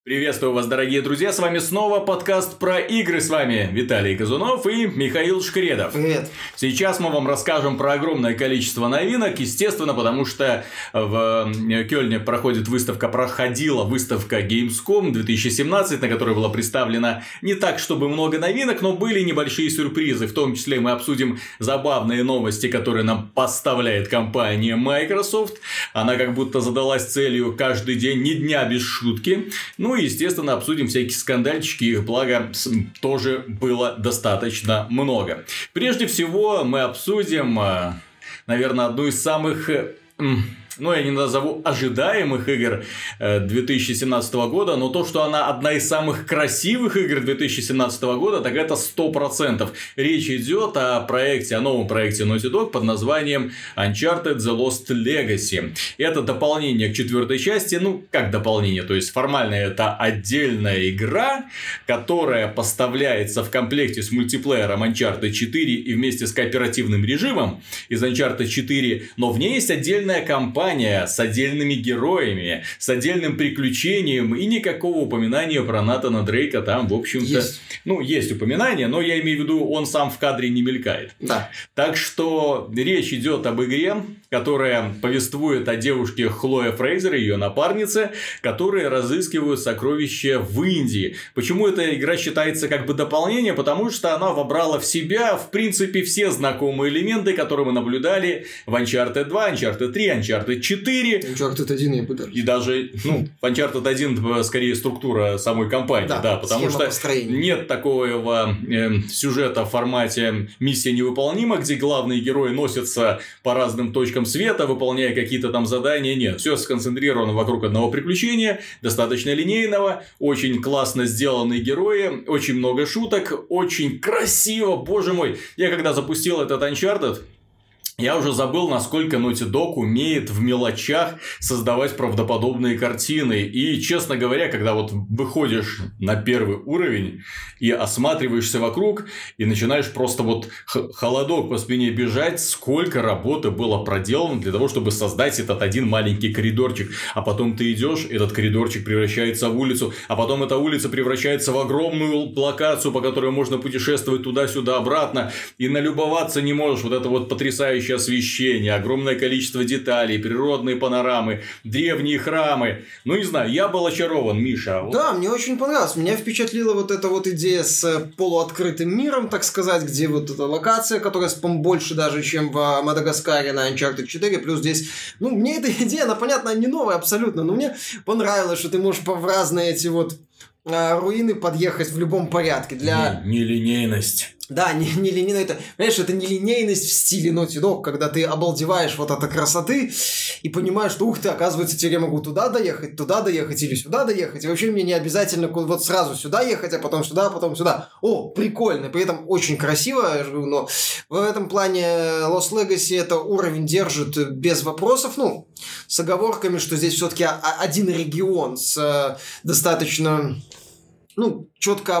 Приветствую вас, дорогие друзья, с вами снова подкаст про игры, с вами Виталий Казунов и Михаил Шкредов. Привет. Сейчас мы вам расскажем про огромное количество новинок, естественно, потому что в Кёльне проходила выставка Gamescom 2017, на которой была представлена не так, чтобы много новинок, но были небольшие сюрпризы, в том числе мы обсудим забавные новости, которые нам поставляет компания Microsoft. Она как будто задалась целью каждый день, ни дня без шутки. Ну и, естественно, обсудим всякие скандальчики, их, благо, тоже было достаточно много. Прежде всего, мы обсудим, наверное, одну из самых... я не назову ожидаемых игр 2017 года, но то, что она одна из самых красивых игр 2017 года, так это 100%. Речь идет о новом проекте Naughty Dog под названием Uncharted The Lost Legacy. Это дополнение к 4-й части, как дополнение, то есть формально это отдельная игра, которая поставляется в комплекте с мультиплеером Uncharted 4 и вместе с кооперативным режимом из Uncharted 4, но в ней есть отдельная кампания с отдельными героями, с отдельным приключением, и никакого упоминания про Натана Дрейка там, в общем-то... Есть упоминание, но я имею в виду, он сам в кадре не мелькает. Да. Так что речь идет об игре, которая повествует о девушке Хлое Фрейзер, ее напарнице, которые разыскивают сокровища в Индии. Почему эта игра считается как бы дополнением? Потому что она вобрала в себя, в принципе, все знакомые элементы, которые мы наблюдали в Uncharted 2, Uncharted 3, Uncharted 4. Uncharted 1 я бы даже. И даже, в Uncharted 1 скорее структура самой компании, да, потому что нет такого сюжета в формате «Миссия невыполнима», где главные герои носятся по разным точкам света, выполняя какие-то там задания. Нет, все сконцентрировано вокруг одного приключения, достаточно линейного, очень классно сделанные герои, очень много шуток, очень красиво, боже мой. Я когда запустил этот Uncharted, я уже забыл, насколько Naughty Dog умеет в мелочах создавать правдоподобные картины. И, честно говоря, когда выходишь на первый уровень и осматриваешься вокруг, и начинаешь просто холодок по спине бежать, сколько работы было проделано для того, чтобы создать этот один маленький коридорчик. А потом ты идешь, этот коридорчик превращается в улицу, а потом эта улица превращается в огромную локацию, по которой можно путешествовать туда-сюда, обратно, и налюбоваться не можешь. Это потрясающее освещение, огромное количество деталей, природные панорамы, древние храмы. Не знаю, я был очарован, Миша. Да, мне очень понравилось. Меня впечатлила эта идея с полуоткрытым миром, так сказать, где эта локация, которая, по-моему, больше даже, чем в Мадагаскаре на Uncharted 4. Плюс здесь, мне эта идея, она, понятно, не новая абсолютно, но мне понравилось, что ты можешь в разные эти руины подъехать в любом порядке. Нелинейность. Да, не линейно. Это не линейность в стиле Naughty Dog, когда ты обалдеваешь от красоты и понимаешь, что, ух ты, оказывается, теперь я могу туда доехать или сюда доехать. И вообще мне не обязательно сразу сюда ехать, а потом сюда, а потом сюда. О, прикольно. При этом очень красиво, но в этом плане Lost Legacy это уровень держит без вопросов. С оговорками, что здесь все-таки один регион с достаточно, четко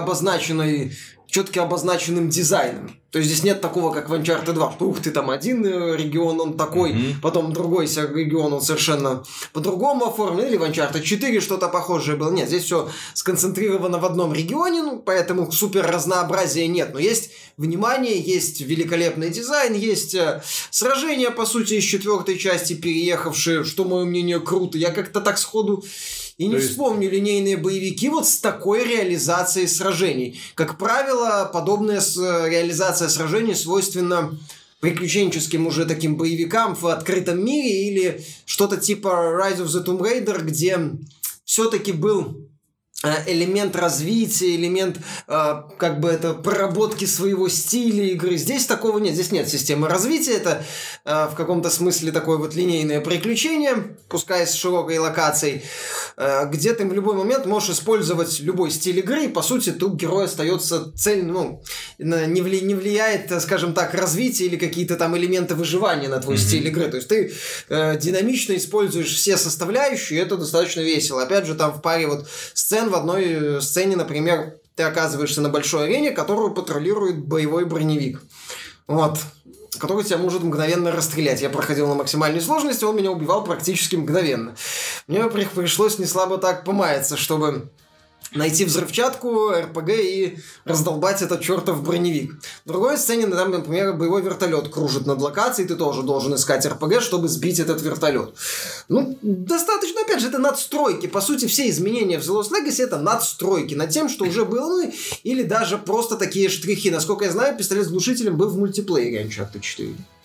обозначенным дизайном. То есть здесь нет такого, как в Uncharted 2, что ух ты, там один регион, он такой, потом другой регион, он совершенно по-другому оформлен, или в Uncharted 4 что-то похожее было. Нет, здесь все сконцентрировано в одном регионе, поэтому супер разнообразия нет. Но есть внимание, есть великолепный дизайн, есть сражения, по сути, из 4-й части переехавшие, что, мое мнение, круто. Я как-то так сходу и не вспомню линейные боевики с такой реализацией сражений. Как правило, подобная реализация сражений свойственна приключенческим уже таким боевикам в открытом мире или что-то типа Rise of the Tomb Raider, где все-таки был элемент развития, элемент проработки своего стиля игры. Здесь такого нет. Здесь нет системы развития. Это в каком-то смысле такое линейное приключение, пускай с широкой локацией, где ты в любой момент можешь использовать любой стиль игры, и по сути тут герой остается цельным, не влияет, скажем так, развитие или какие-то там элементы выживания на твой стиль игры. То есть ты динамично используешь все составляющие, и это достаточно весело. Опять же, там в паре сцен, в одной сцене, например, ты оказываешься на большой арене, которую патрулирует боевой броневик. Который тебя может мгновенно расстрелять. Я проходил на максимальной сложности, он меня убивал практически мгновенно. Мне пришлось неслабо так помаяться, чтобы найти взрывчатку, РПГ и раздолбать этот чертов броневик. В другой сцене, там, например, боевой вертолет кружит над локацией, ты тоже должен искать РПГ, чтобы сбить этот вертолет. Ну, достаточно, опять же, это надстройки. По сути, все изменения в The Lost Legacy это надстройки над тем, что уже было, ну, или даже просто такие штрихи. Насколько я знаю, пистолет с глушителем был в мультиплеере Uncharted 4.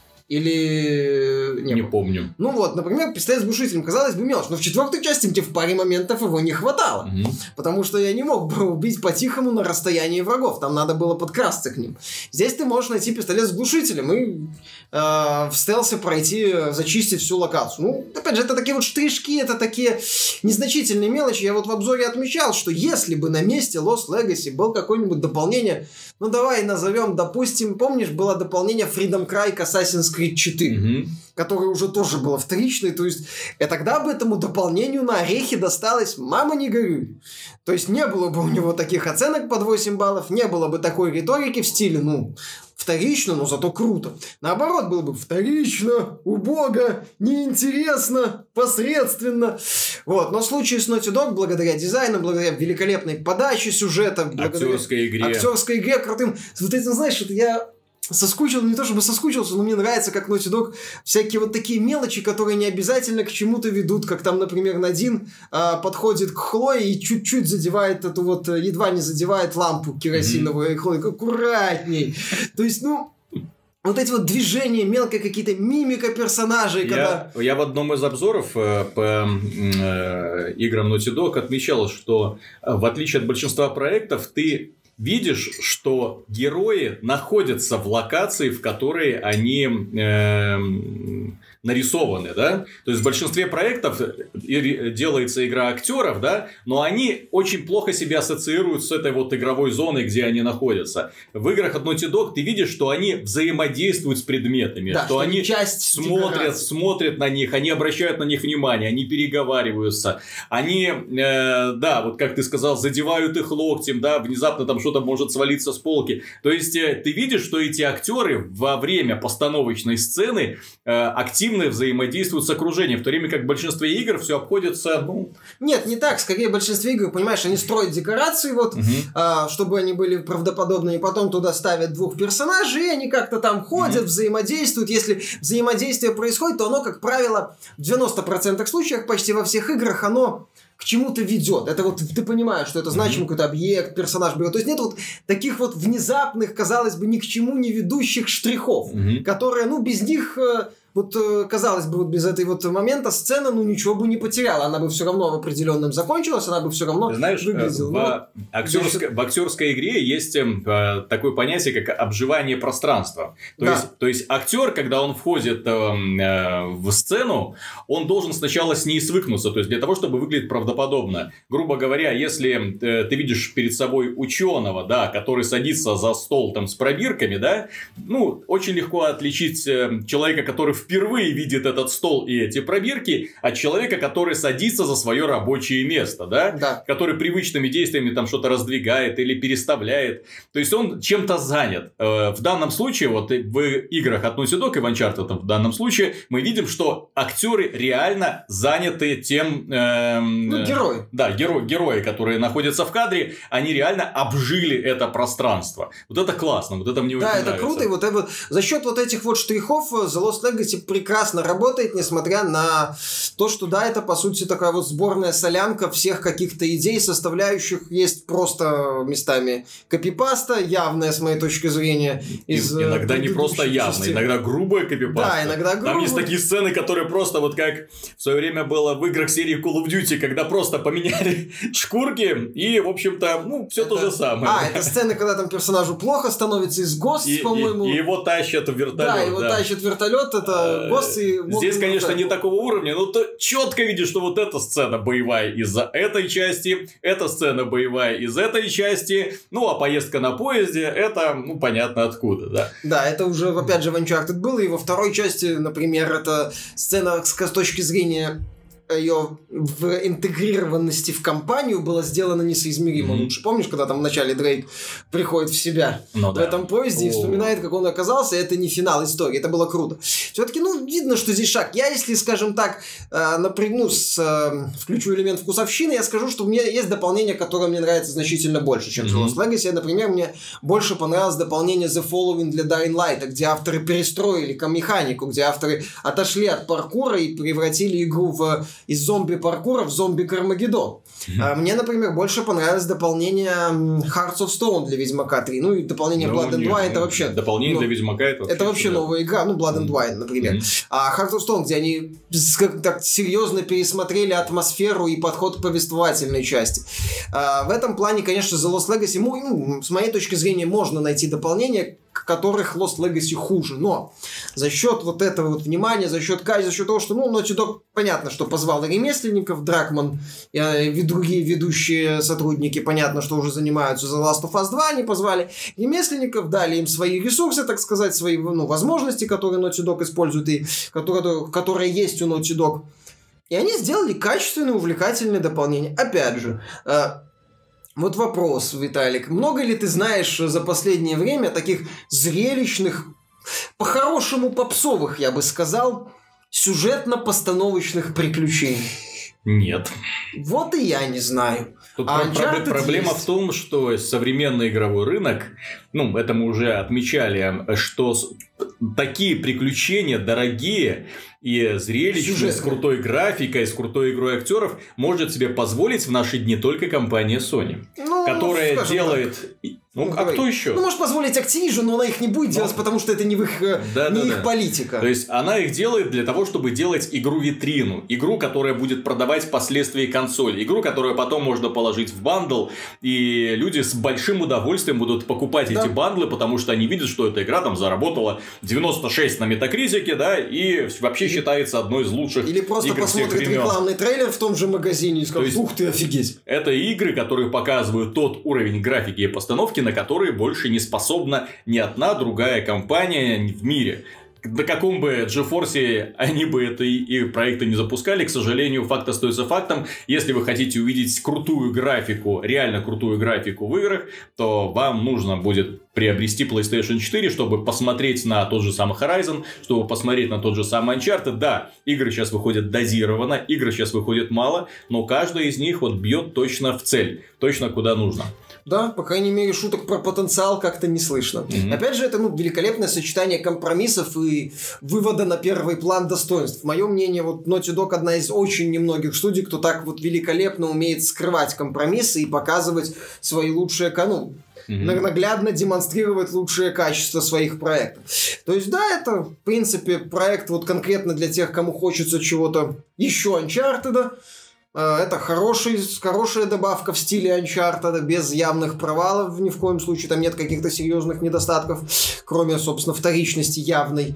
Или... Не помню. Ну вот, например, пистолет с глушителем, казалось бы, мелочь. Но в 4-й части мне в паре моментов его не хватало. Потому что я не мог бы убить по-тихому на расстоянии врагов. Там надо было подкрасться к ним. Здесь ты можешь найти пистолет с глушителем и в стелсе пройти, зачистить всю локацию. Ну, опять же, это такие вот штришки, это такие незначительные мелочи. Я вот в обзоре отмечал, что если бы на месте Lost Legacy был какое-нибудь дополнение, ну давай назовем, допустим, помнишь, было дополнение Freedom Cry к Assassin's Creed 4, которое уже тоже было вторичное, то есть тогда бы этому дополнению на орехи досталось мама не горюй. То есть не было бы у него таких оценок под 8 баллов, не было бы такой риторики в стиле, ну, вторично, но зато круто. Наоборот, было бы вторично, убого, неинтересно, посредственно. Вот. Но в случае с Naughty Dog, благодаря дизайну, благодаря великолепной подаче сюжета, благодаря актерской игре крутым, вот этим, знаешь, это я соскучил, не то чтобы соскучился, но мне нравится, как Naughty Dog всякие вот такие мелочи, которые не обязательно к чему-то ведут, как там, например, Надин подходит к Хлое и чуть-чуть задевает эту вот, едва не задевает лампу керосиновую, и Хлоя аккуратней. То есть, ну, вот эти вот движения, мелкие какие-то мимика персонажей. Я в одном из обзоров по играм Naughty Dog отмечал, что в отличие от большинства проектов, ты видишь, что герои находятся в локации, в которой они нарисованы, да? То есть в большинстве проектов делается игра актеров, да, но они очень плохо себя ассоциируют с этой вот игровой зоной, где они находятся. В играх от Naughty Dog ты видишь, что они взаимодействуют с предметами, да, что они смотрят на них, они обращают на них внимание, они переговариваются, они, да, вот как ты сказал, задевают их локтем, да, внезапно там что-то может свалиться с полки. То есть ты видишь, что эти актеры во время постановочной сцены активно взаимодействуют с окружением, в то время как в большинстве игр все обходится, ну... Нет, не так. Скорее, в большинстве игр, понимаешь, они строят декорации, вот, чтобы они были правдоподобные, и потом туда ставят двух персонажей, и они как-то там ходят, взаимодействуют. Если взаимодействие происходит, то оно, как правило, в 90% случаев, почти во всех играх, оно к чему-то ведет. Это вот ты понимаешь, что это значимый какой-то объект, персонаж берет. То есть нет вот таких вот внезапных, казалось бы, ни к чему не ведущих штрихов, которые, ну, без них... Вот, казалось бы, вот без этой вот момента сцена, ну, ничего бы не потеряла. Она бы все равно в определенном закончилась, она бы все равно выглядела. В актерской игре есть такое понятие, как обживание пространства. То есть актер, когда он входит в сцену, он должен сначала с ней свыкнуться. То есть для того, чтобы выглядеть правдоподобно. Грубо говоря, если ты видишь перед собой ученого, да, который садится за стол там с пробирками, да, ну, очень легко отличить человека, который впервые видит этот стол и эти пробирки, от человека, который садится за свое рабочее место, да? Который привычными действиями там что-то раздвигает или переставляет. То есть он чем-то занят. В данном случае, вот в играх от Naughty Dog и в Uncharted в данном случае, мы видим, что актеры реально заняты тем... герои. Да, герои, которые находятся в кадре, они реально обжили это пространство. Вот это классно, вот это мне очень нравится. Да, это круто, и вот за счет вот этих вот штрихов The Lost Legacy прекрасно работает, несмотря на то, что, да, это, по сути, такая вот сборная солянка всех каких-то идей, составляющих. Есть просто местами копипаста, явная, с моей точки зрения. Иногда не просто явная, иногда грубая копипаста. Да, иногда грубая. Там есть такие сцены, которые просто вот как в свое время было в играх серии Call of Duty, когда просто поменяли шкурки и, в общем-то, ну, все то же самое. Это сцены, когда там персонажу плохо становится из Ghost, по-моему. И его тащат в вертолет. Да, его тащат в вертолет, это Здесь, конечно, не такого уровня, но ты четко видишь, что вот эта сцена боевая из-за этой части, эта сцена боевая из этой части, ну, а поездка на поезде, это, ну, понятно откуда, да. Да, это уже, опять же, в Uncharted было, и во второй части, например, это сцена с точки зрения ее в интегрированности в компанию было сделано несоизмеримо лучше. Помнишь, когда там вначале Дрейк приходит в себя в этом поезде и вспоминает, как он оказался, это не финал истории, это было круто. Все-таки, видно, что здесь шаг. Я, если, скажем так, напрягну, включу элемент вкусовщины, я скажу, что у меня есть дополнение, которое мне нравится значительно больше, чем The Lost Legacy. Например, мне больше понравилось дополнение The Following для Dying Light, где авторы перестроили механику, где авторы отошли от паркура и превратили игру из зомби-паркура в зомби-кармагеддон. Мне, например, больше понравилось дополнение Hearts of Stone для Ведьмака 3. И дополнение Blood and Wine это вообще... Дополнение для Ведьмака это вообще новая игра, Blood and Wine, например. А Hearts of Stone, где они так серьезно пересмотрели атмосферу и подход к повествовательной части. В этом плане, конечно, The Lost Legacy, с моей точки зрения, можно найти дополнения, которых Lost Legacy хуже. Но за счет вот этого внимания, за счет качества, за счет того, что, Naughty Dog, понятно, что позвал ремесленников, Дракман и другие ведущие сотрудники, понятно, что уже занимаются The Last of Us 2, они позвали ремесленников, дали им свои ресурсы, так сказать, свои возможности, которые Naughty Dog использует и которые есть у Naughty Dog. И они сделали качественное, увлекательное дополнение. Опять же, вот вопрос, Виталик. Много ли ты знаешь за последнее время таких зрелищных, по-хорошему попсовых, я бы сказал, сюжетно-постановочных приключений? Нет. Вот и я не знаю. Тут проблема в том, что современный игровой рынок, это мы уже отмечали, что такие приключения дорогие и зрелищные, с крутой графикой, с крутой игрой актеров может себе позволить в наши дни только компания Sony, которая делает... кто еще? Может позволить Activision, но она их не будет делать, потому что это не их политика. То есть она их делает для того, чтобы делать игру-витрину. Игру, которая будет продавать впоследствии консоль. Игру, которую потом можно положить в бандл. И люди с большим удовольствием будут покупать эти бандлы, потому что они видят, что эта игра там заработала 96 на Метакритике, и вообще считается одной из лучших игр всех времен. Или просто посмотрит рекламный трейлер в том же магазине и скажет: ух ты, офигеть. Это игры, которые показывают тот уровень графики и постановки, на которые больше не способна ни одна другая компания в мире. На каком бы GeForce они бы эти проекты не запускали, к сожалению, факт остается фактом. Если вы хотите увидеть крутую графику, реально крутую графику в играх, то вам нужно будет приобрести PlayStation 4, чтобы посмотреть на тот же самый Horizon, чтобы посмотреть на тот же самый Uncharted. Да, игры сейчас выходят дозированно, игры сейчас выходят мало, но каждая из них бьет точно в цель, точно куда нужно. Да, по крайней мере, шуток про потенциал как-то не слышно. Опять же, это великолепное сочетание компромиссов и вывода на первый план достоинств. Мое мнение, Naughty Dog одна из очень немногих студий, кто так великолепно умеет скрывать компромиссы и показывать свои лучшие наглядно демонстрировать лучшие качества своих проектов. То есть, да, это, в принципе, проект конкретно для тех, кому хочется чего-то еще Uncharted. Это хорошая добавка в стиле Uncharted, без явных провалов, ни в коем случае там нет каких-то серьезных недостатков, кроме, собственно, вторичности явной.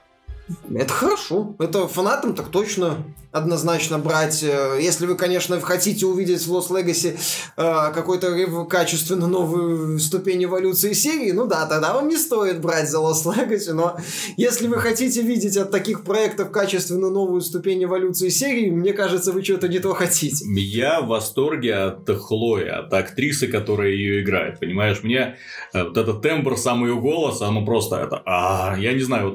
Это хорошо. Это фанатам так точно однозначно брать. Если вы, конечно, хотите увидеть в Lost Legacy какой-то качественно новую ступень эволюции серии, тогда вам не стоит брать The Lost Legacy, но если вы хотите видеть от таких проектов качественно новую ступень эволюции серии, мне кажется, вы что-то не то хотите. Я в восторге от Хлои, от актрисы, которая ее играет, понимаешь? Мне этот тембр, сам ее голос, просто я не знаю,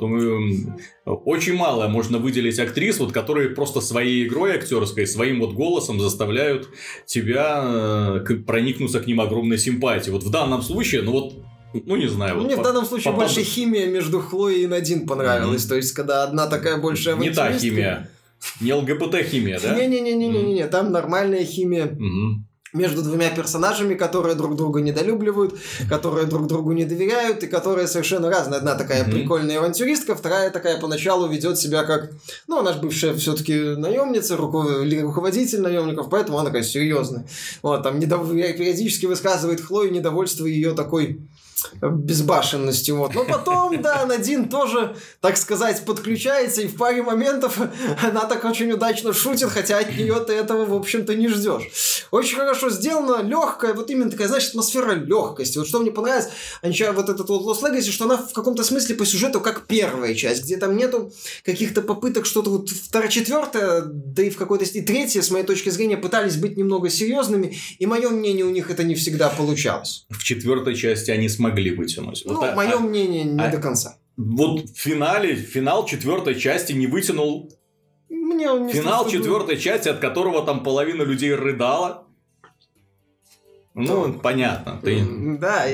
очень мало можно выделить актрис, вот, которые просто своей игрой актерской, своим вот голосом заставляют тебя проникнуться к ним огромной симпатией. Вот в данном случае, не знаю. Мне в данном случае больше химия между Хлоей и Надин понравилась. То есть, когда одна такая большая авантюристка... Не та химия. Не ЛГБТ-химия, да? Не-не-не, там нормальная химия. Между двумя персонажами, которые друг друга недолюбливают, которые друг другу не доверяют и которые совершенно разные. Одна такая прикольная авантюристка, вторая такая поначалу ведет себя как... она же бывшая все-таки наемница, руководитель наемников, поэтому она такая серьезная. Там периодически высказывает Хлою недовольство ее такой безбашенности. Вот. Но потом, да, Надин тоже, так сказать, подключается, и в паре моментов она так очень удачно шутит, хотя от нее ты этого, в общем-то, не ждешь. Очень хорошо сделано, легкая, вот именно такая, знаешь, атмосфера легкости. Вот что мне понравилось, вот этот вот Lost Legacy, что она в каком-то смысле по сюжету как первая часть, где там нету каких-то попыток что-то вот вторая, четвертая, да и в какой-то и третья, с моей точки зрения, пытались быть немного серьезными, и мое мнение, у них это не всегда получалось. В четвертой части они смогли вытянуть. Ну, вот, мое мнение, не до конца. Вот в финал четвертой части не вытянул. Мне он не финал четвертой части, от которого там половина людей рыдала. Ну, понятно. Да,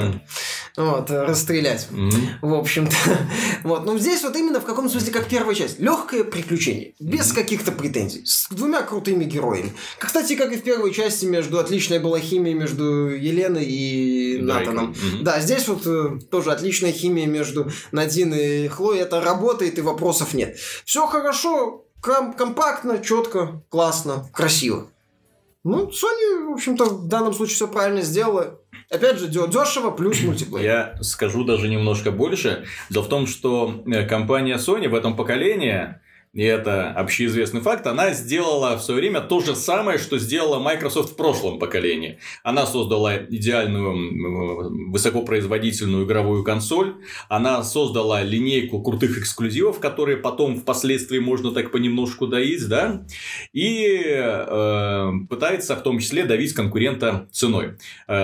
вот, расстрелять. В общем-то. Вот. Но здесь вот именно в каком смысле, как первая часть. Легкое приключение. Без каких-то претензий. С двумя крутыми героями. Кстати, как и в первой части, отличная была химия между Еленой и Натаном. Да, здесь вот тоже отличная химия между Надин и Хлоей. Это работает, и вопросов нет. Все хорошо, компактно, четко, классно, красиво. Ну, Sony, в общем-то, в данном случае все правильно сделала. Опять же, дешево плюс мультиплеер. Я скажу даже немножко больше. Дело в том, что компания Sony в этом поколении, и это общеизвестный факт, она сделала в свое время то же самое, что сделала Microsoft в прошлом поколении. Она создала идеальную высокопроизводительную игровую консоль, она создала линейку крутых эксклюзивов, которые потом впоследствии можно так понемножку доить, да, и пытается в том числе давить конкурента ценой.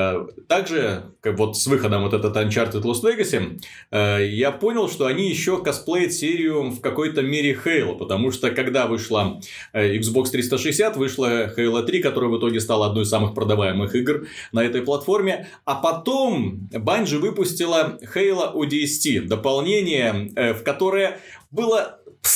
Также, вот с выходом вот этот Uncharted Lost Legacy, я понял, что они еще косплеят серию в какой-то мере Halo. Потому что, когда вышла Xbox 360, вышла Halo 3, которая в итоге стала одной из самых продаваемых игр на этой платформе. А потом Bungie выпустила Halo ODST, дополнение, в которое было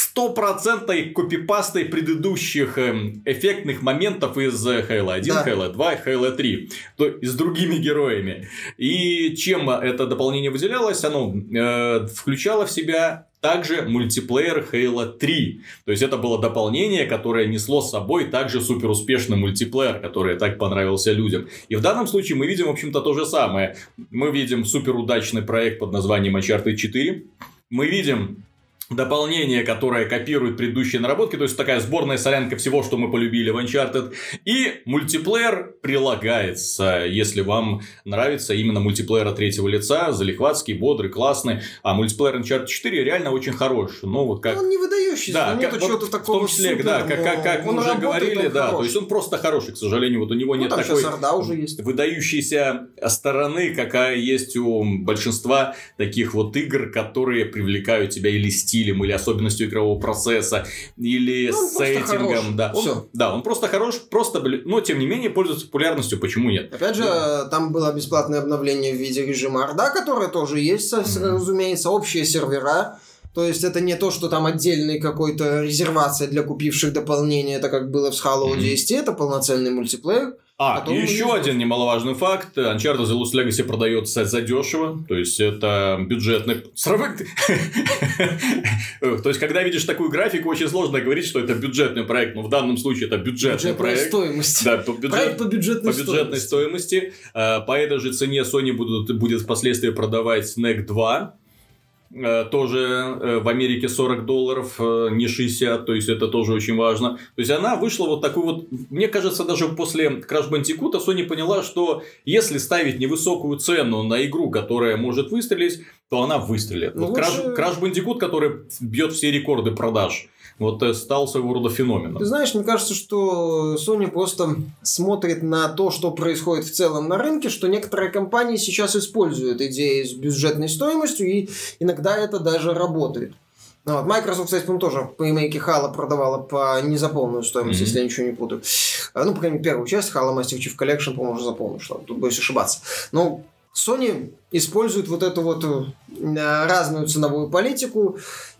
100% копипастой предыдущих эффектных моментов из Halo 1, да. Halo 2 и Halo 3. То есть, с другими героями. И чем это дополнение выделялось? Оно включало в себя также мультиплеер Halo 3. То есть, это было дополнение, которое несло с собой также суперуспешный мультиплеер, который так понравился людям. И в данном случае мы видим, в общем-то, то же самое. Мы видим суперудачный проект под названием Uncharted 4. Мы видим дополнение, которое копирует предыдущие наработки, то есть такая сборная солянка всего, что мы полюбили в Uncharted, и мультиплеер прилагается, если вам нравится именно мультиплеер от третьего лица, залихватский, бодрый, классный, а мультиплеер Uncharted 4 реально очень хорош. Ну, вот как... Он не выдающийся, да, нету чего-то такого в том числе, супер, да, как мы уже говорили, да, то есть он просто хороший, к сожалению, вот у него нет такой уже есть. выдающейся стороны, какая есть у большинства таких вот игр, которые привлекают тебя или стилем, или особенностью игрового процесса, или сеттингом. Да. Он просто хорош, но тем не менее пользуется популярностью, почему нет? Опять же, там было бесплатное обновление в виде режима Орда, которое тоже есть, разумеется, общие сервера. То есть, это не то, что там отдельная какой-то резервация для купивших дополнение, это как было в Halo ODST, это полноценный мультиплеер. И еще один немаловажный факт. Uncharted The Lost Legacy продается задешево. То есть, это бюджетный... То есть, когда видишь такую графику, очень сложно говорить, что это бюджетный проект. Но в данном случае это бюджетный проект. Стоимость. Да, проект по бюджетной стоимости. По этой же цене Sony будет впоследствии продавать Snake 2. Тоже в Америке $40, не 60, то есть это тоже очень важно. То есть она вышла вот такой вот, мне кажется, даже после Crash Bandicoot Sony поняла, что если ставить невысокую цену на игру, которая может выстрелить, то она выстрелит. Ну, вот Crash Bandicoot, который бьет все рекорды продаж, вот стал своего рода феноменом. Ты знаешь, мне кажется, что Sony просто смотрит на то, что происходит в целом на рынке, что некоторые компании сейчас используют идеи с бюджетной стоимостью, и иногда это даже работает. Вот. Microsoft, кстати, по-моему, тоже по ремейке Halo продавала по не за полную стоимость, если я ничего не путаю. Ну, по крайней мере, первую часть Halo Master Chief Collection, по-моему, уже за полную шла. Тут боюсь ошибаться. Но Sony использует вот эту вот разную ценовую политику.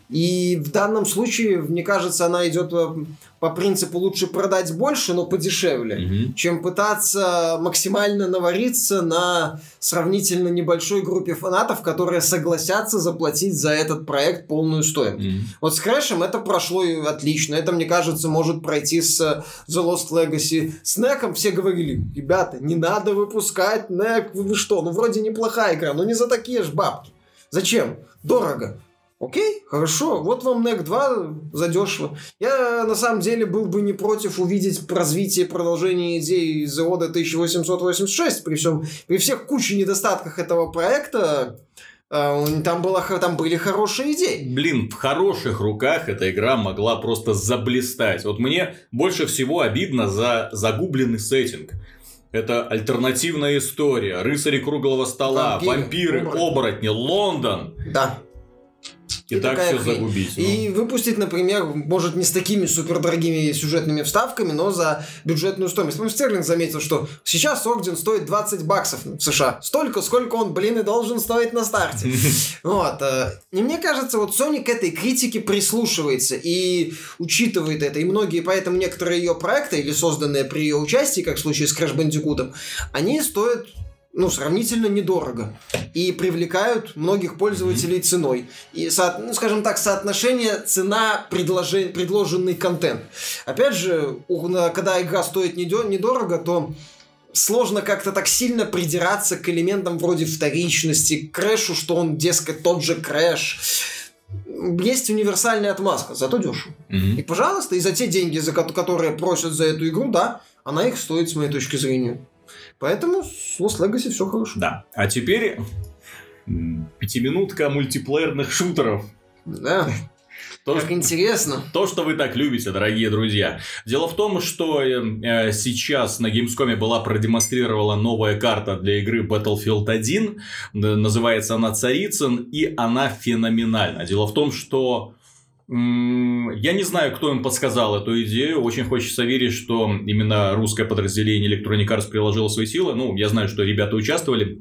И в данном случае, мне кажется, она идет по принципу лучше продать больше, но подешевле, чем пытаться максимально навариться на сравнительно небольшой группе фанатов, которые согласятся заплатить за этот проект полную стоимость. Вот с Crash это прошло отлично. Это, мне кажется, может пройти с The Lost Legacy. С NEC все говорили: ребята, не надо выпускать NEC, вы что? Ну, вроде неплохая игра, но не за такие же бабки. Зачем? Дорого. Окей, хорошо, вот вам NEC 2 задешево. Я на самом деле был бы не против увидеть развитие, продолжение идеи The Order 1886 при всех куче недостатках этого проекта. Там были хорошие идеи. Блин, в хороших руках эта игра могла просто заблистать. Вот мне больше всего обидно за загубленный сеттинг. Это альтернативная история, рыцари круглого стола, вампиры, оборотни, Лондон. Да. И так все загубить. И выпустить, например, может, не с такими супердорогими сюжетными вставками, но за бюджетную стоимость. По-моему, Стерлинг заметил, что сейчас Орден стоит $20 в США. Столько, сколько он, и должен стоить на старте. Вот. И мне кажется, вот Sony к этой критике прислушивается и учитывает это. И многие, поэтому некоторые ее проекты, или созданные при ее участии, как в случае с Crash Bandicoot, они стоят сравнительно недорого. И привлекают многих пользователей ценой. И, скажем так, соотношение цена-предложенный контент. Опять же, когда игра стоит недорого, то сложно как-то так сильно придираться к элементам вроде вторичности, к Крэшу, что он, дескать, тот же Крэш. Есть универсальная отмазка, зато дешево. И, пожалуйста, и за те деньги, которые просят за эту игру, да, она их стоит, с моей точки зрения. Поэтому с Lost Legacy все хорошо. Да. А теперь 5-минутка мультиплеерных шутеров. Да. Как интересно. То, что вы так любите, дорогие друзья. Дело в том, что сейчас на Gamescom была продемонстрирована новая карта для игры Battlefield 1. Называется она Царицын, и она феноменальна. Дело в том, что я не знаю, кто им подсказал эту идею. Очень хочется верить, что именно русское подразделение Electronic Arts приложило свои силы. Я знаю, что ребята участвовали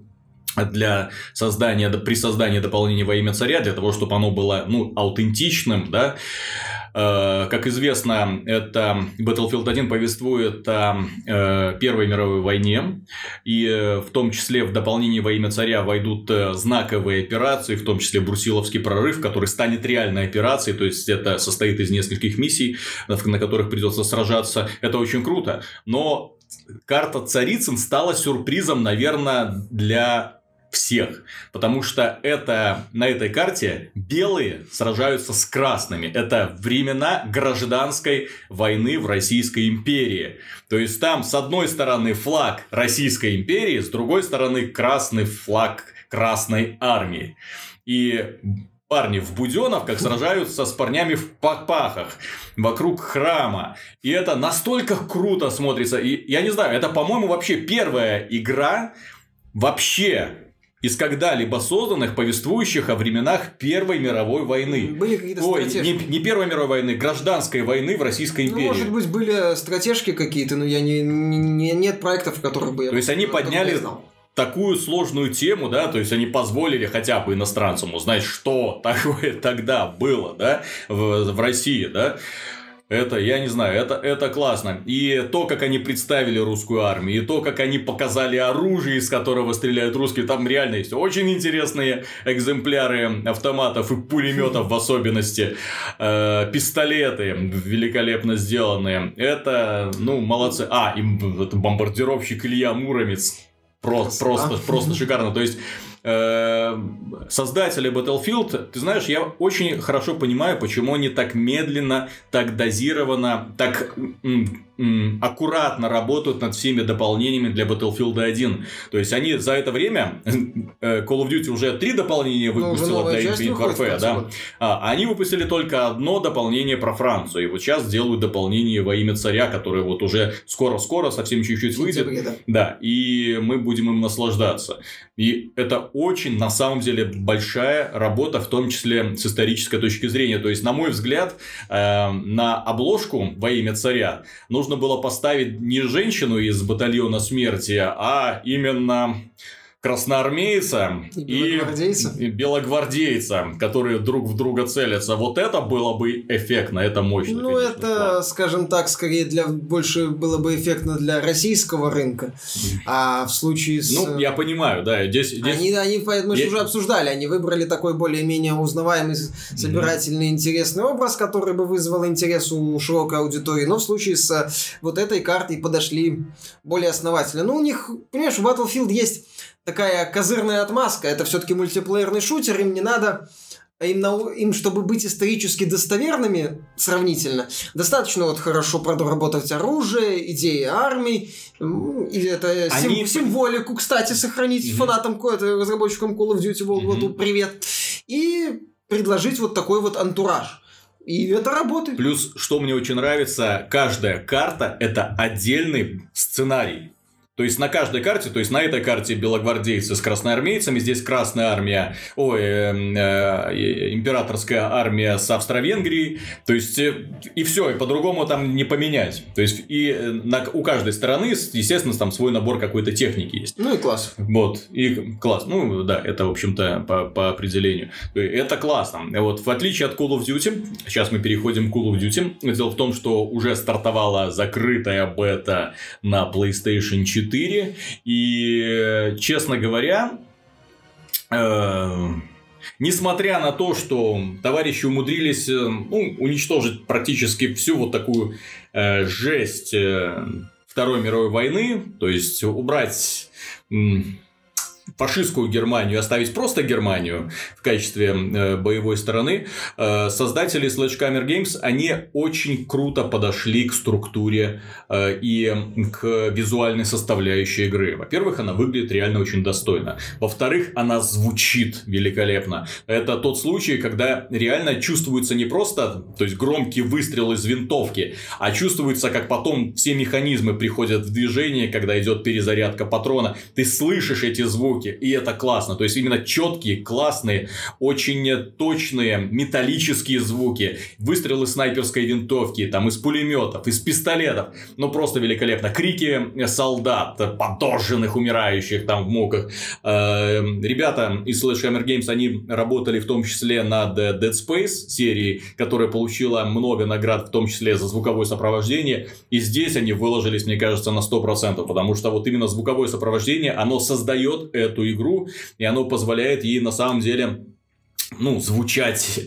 при создании дополнения во имя царя, для того, чтобы оно было аутентичным, да. Как известно, это Battlefield 1 повествует о Первой мировой войне, и в том числе в дополнении во имя царя войдут знаковые операции, в том числе Брусиловский прорыв, который станет реальной операцией, то есть это состоит из нескольких миссий, на которых придется сражаться. Это очень круто, но карта Царицын стала сюрпризом, наверное, для всех, потому что на этой карте белые сражаются с красными. Это времена гражданской войны в Российской империи. То есть там с одной стороны флаг Российской империи, с другой стороны красный флаг Красной армии. И парни в буденовках сражаются с парнями в папахах вокруг храма. И это настолько круто смотрится. И я не знаю, это, по-моему, вообще первая игра вообще из когда-либо созданных, повествующих о временах Первой мировой войны. Были какие-то стратежки. Не Первой мировой войны, гражданской войны в Российской империи. Может быть, были стратежки какие-то, но нет проектов, в которых бы я... То есть, они подняли такую сложную тему, да, то есть, они позволили хотя бы иностранцам узнать, что такое тогда было, да, в России, да. Это, я не знаю, это классно. И то, как они представили русскую армию, и то, как они показали оружие, из которого стреляют русские, там реально есть очень интересные экземпляры автоматов и пулеметов в особенности. Пистолеты великолепно сделанные. Это, молодцы. И это бомбардировщик Илья Муромец. Просто шикарно. То есть, создатели Battlefield, ты знаешь, я очень хорошо понимаю, почему они так медленно, так дозированно, так аккуратно работают над всеми дополнениями для Battlefield 1. То есть, они за это время Call of Duty уже 3 дополнения выпустила для Infinite Warfare, да? Они выпустили только одно дополнение про Францию. И вот сейчас делают дополнение во имя царя, которое вот уже скоро-скоро, совсем чуть-чуть выйдет. Да, и мы будем им наслаждаться. И это очень, на самом деле, большая работа, в том числе с исторической точки зрения. То есть, на мой взгляд, на обложку во имя царя нужно было поставить не женщину из батальона смерти, а именно красноармейца и белогвардейца, которые друг в друга целятся. Вот это было бы эффектно, это мощно. Ну, конечно, это, скажем так, скорее больше было бы эффектно для российского рынка. А в случае с... Ну, я понимаю, да. Здесь... Они мы же уже обсуждали, они выбрали такой более-менее узнаваемый, собирательный, интересный образ, который бы вызвал интерес у широкой аудитории. Но в случае с вот этой картой подошли более основательно. Ну, у них, понимаешь, в Battlefield есть такая козырная отмазка. Это все-таки мультиплеерный шутер, им не надо... Им, чтобы быть исторически достоверными сравнительно, достаточно вот хорошо проработать оружие, идеи армий, и это символику, кстати, сохранить фанатам, разработчикам Call of Duty World War II привет, и предложить вот такой вот антураж. И это работает. Плюс, что мне очень нравится, каждая карта – это отдельный сценарий. То есть, на каждой карте, то есть, на этой карте белогвардейцы с красноармейцами, здесь Красная армия, императорская армия с Австро-Венгрией, то есть, и все, и по-другому там не поменять. То есть, и у каждой стороны, естественно, там свой набор какой-то техники есть. Ну и класс. Вот, и класс. Ну, да, это, в общем-то, по определению. Это классно. Вот, в отличие от Call of Duty, сейчас мы переходим к Call of Duty. Дело в том, что уже стартовала закрытая бета на PlayStation 4. И, честно говоря, несмотря на то, что товарищи умудрились уничтожить практически всю вот такую жесть Второй мировой войны, то есть убрать фашистскую Германию, оставить просто Германию в качестве боевой стороны, создатели Sledgehammer Games, они очень круто подошли к структуре и к визуальной составляющей игры. Во-первых, она выглядит реально очень достойно. Во-вторых, она звучит великолепно. Это тот случай, когда реально чувствуется не просто, то есть, громкий выстрел из винтовки, а чувствуется, как потом все механизмы приходят в движение, когда идет перезарядка патрона. Ты слышишь эти звуки. И это классно. То есть, именно четкие, классные, очень точные металлические звуки. Выстрелы снайперской винтовки, там, из пулеметов, из пистолетов. Ну, просто великолепно. Крики солдат, подожженных, умирающих там в муках. Ребята из Sledgehammer Games, они работали в том числе над Dead Space серией, которая получила много наград, в том числе за звуковое сопровождение. И здесь они выложились, мне кажется, на 100%. Потому что вот именно звуковое сопровождение, оно создает эту игру, и оно позволяет ей на самом деле, звучать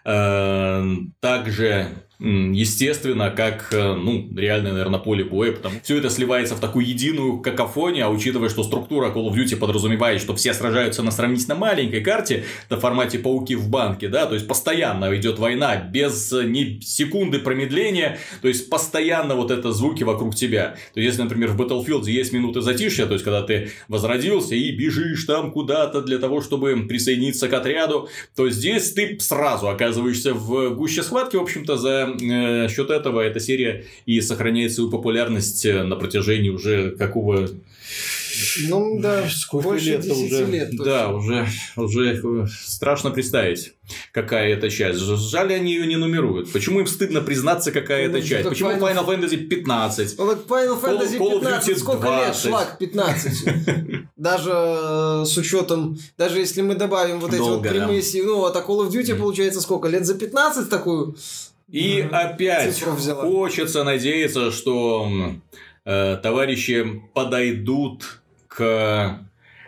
так же естественно, как, реальное, наверное, поле боя, потому что все это сливается в такую единую какофонию, а учитывая, что структура Call of Duty подразумевает, что все сражаются на сравнительно маленькой карте, в формате пауки в банке, да, то есть, постоянно идет война, без ни секунды промедления, то есть, постоянно вот это звуки вокруг тебя. То есть, если, например, в Battlefield есть минуты затишья, то есть, когда ты возродился и бежишь там куда-то для того, чтобы присоединиться к отряду, то здесь ты сразу оказываешься в гуще схватки, в общем-то, за счет этого эта серия и сохраняет свою популярность на протяжении уже какого... Ну да, больше 10 лет. Да, уже страшно представить, какая это часть. Жаль, они ее не нумеруют. Почему им стыдно признаться, какая это часть? Почему Final Fantasy 15? Final Fantasy 15, сколько 20. Лет? Шлак 15. Даже с учетом, даже если мы добавим вот эти вот прямые силы, а Call of Duty получается сколько? Лет за 15 такую... И опять хочется надеяться, что товарищи подойдут к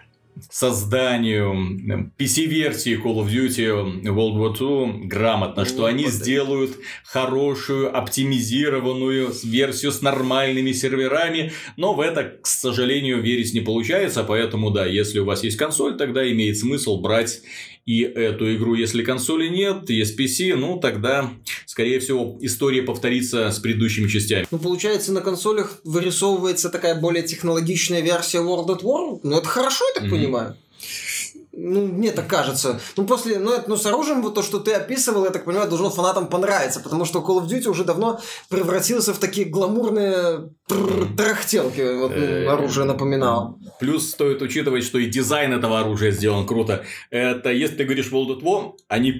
созданию PC-версии Call of Duty World War II грамотно, что они сделают хорошую, оптимизированную версию с нормальными серверами, но в это, к сожалению, верить не получается, поэтому, да, если у вас есть консоль, тогда имеет смысл брать и эту игру. Если консоли нет, есть PC, тогда, скорее всего, история повторится с предыдущими частями. Получается, на консолях вырисовывается такая более технологичная версия World at War. Это хорошо, я так понимаю. Мне так кажется. С оружием, вот то, что ты описывал, я так понимаю, должно фанатам понравиться, потому что Call of Duty уже давно превратился в такие гламурные трахтелки, оружие напоминало. Плюс стоит учитывать, что и дизайн этого оружия сделан круто. Это, если ты говоришь World at War, они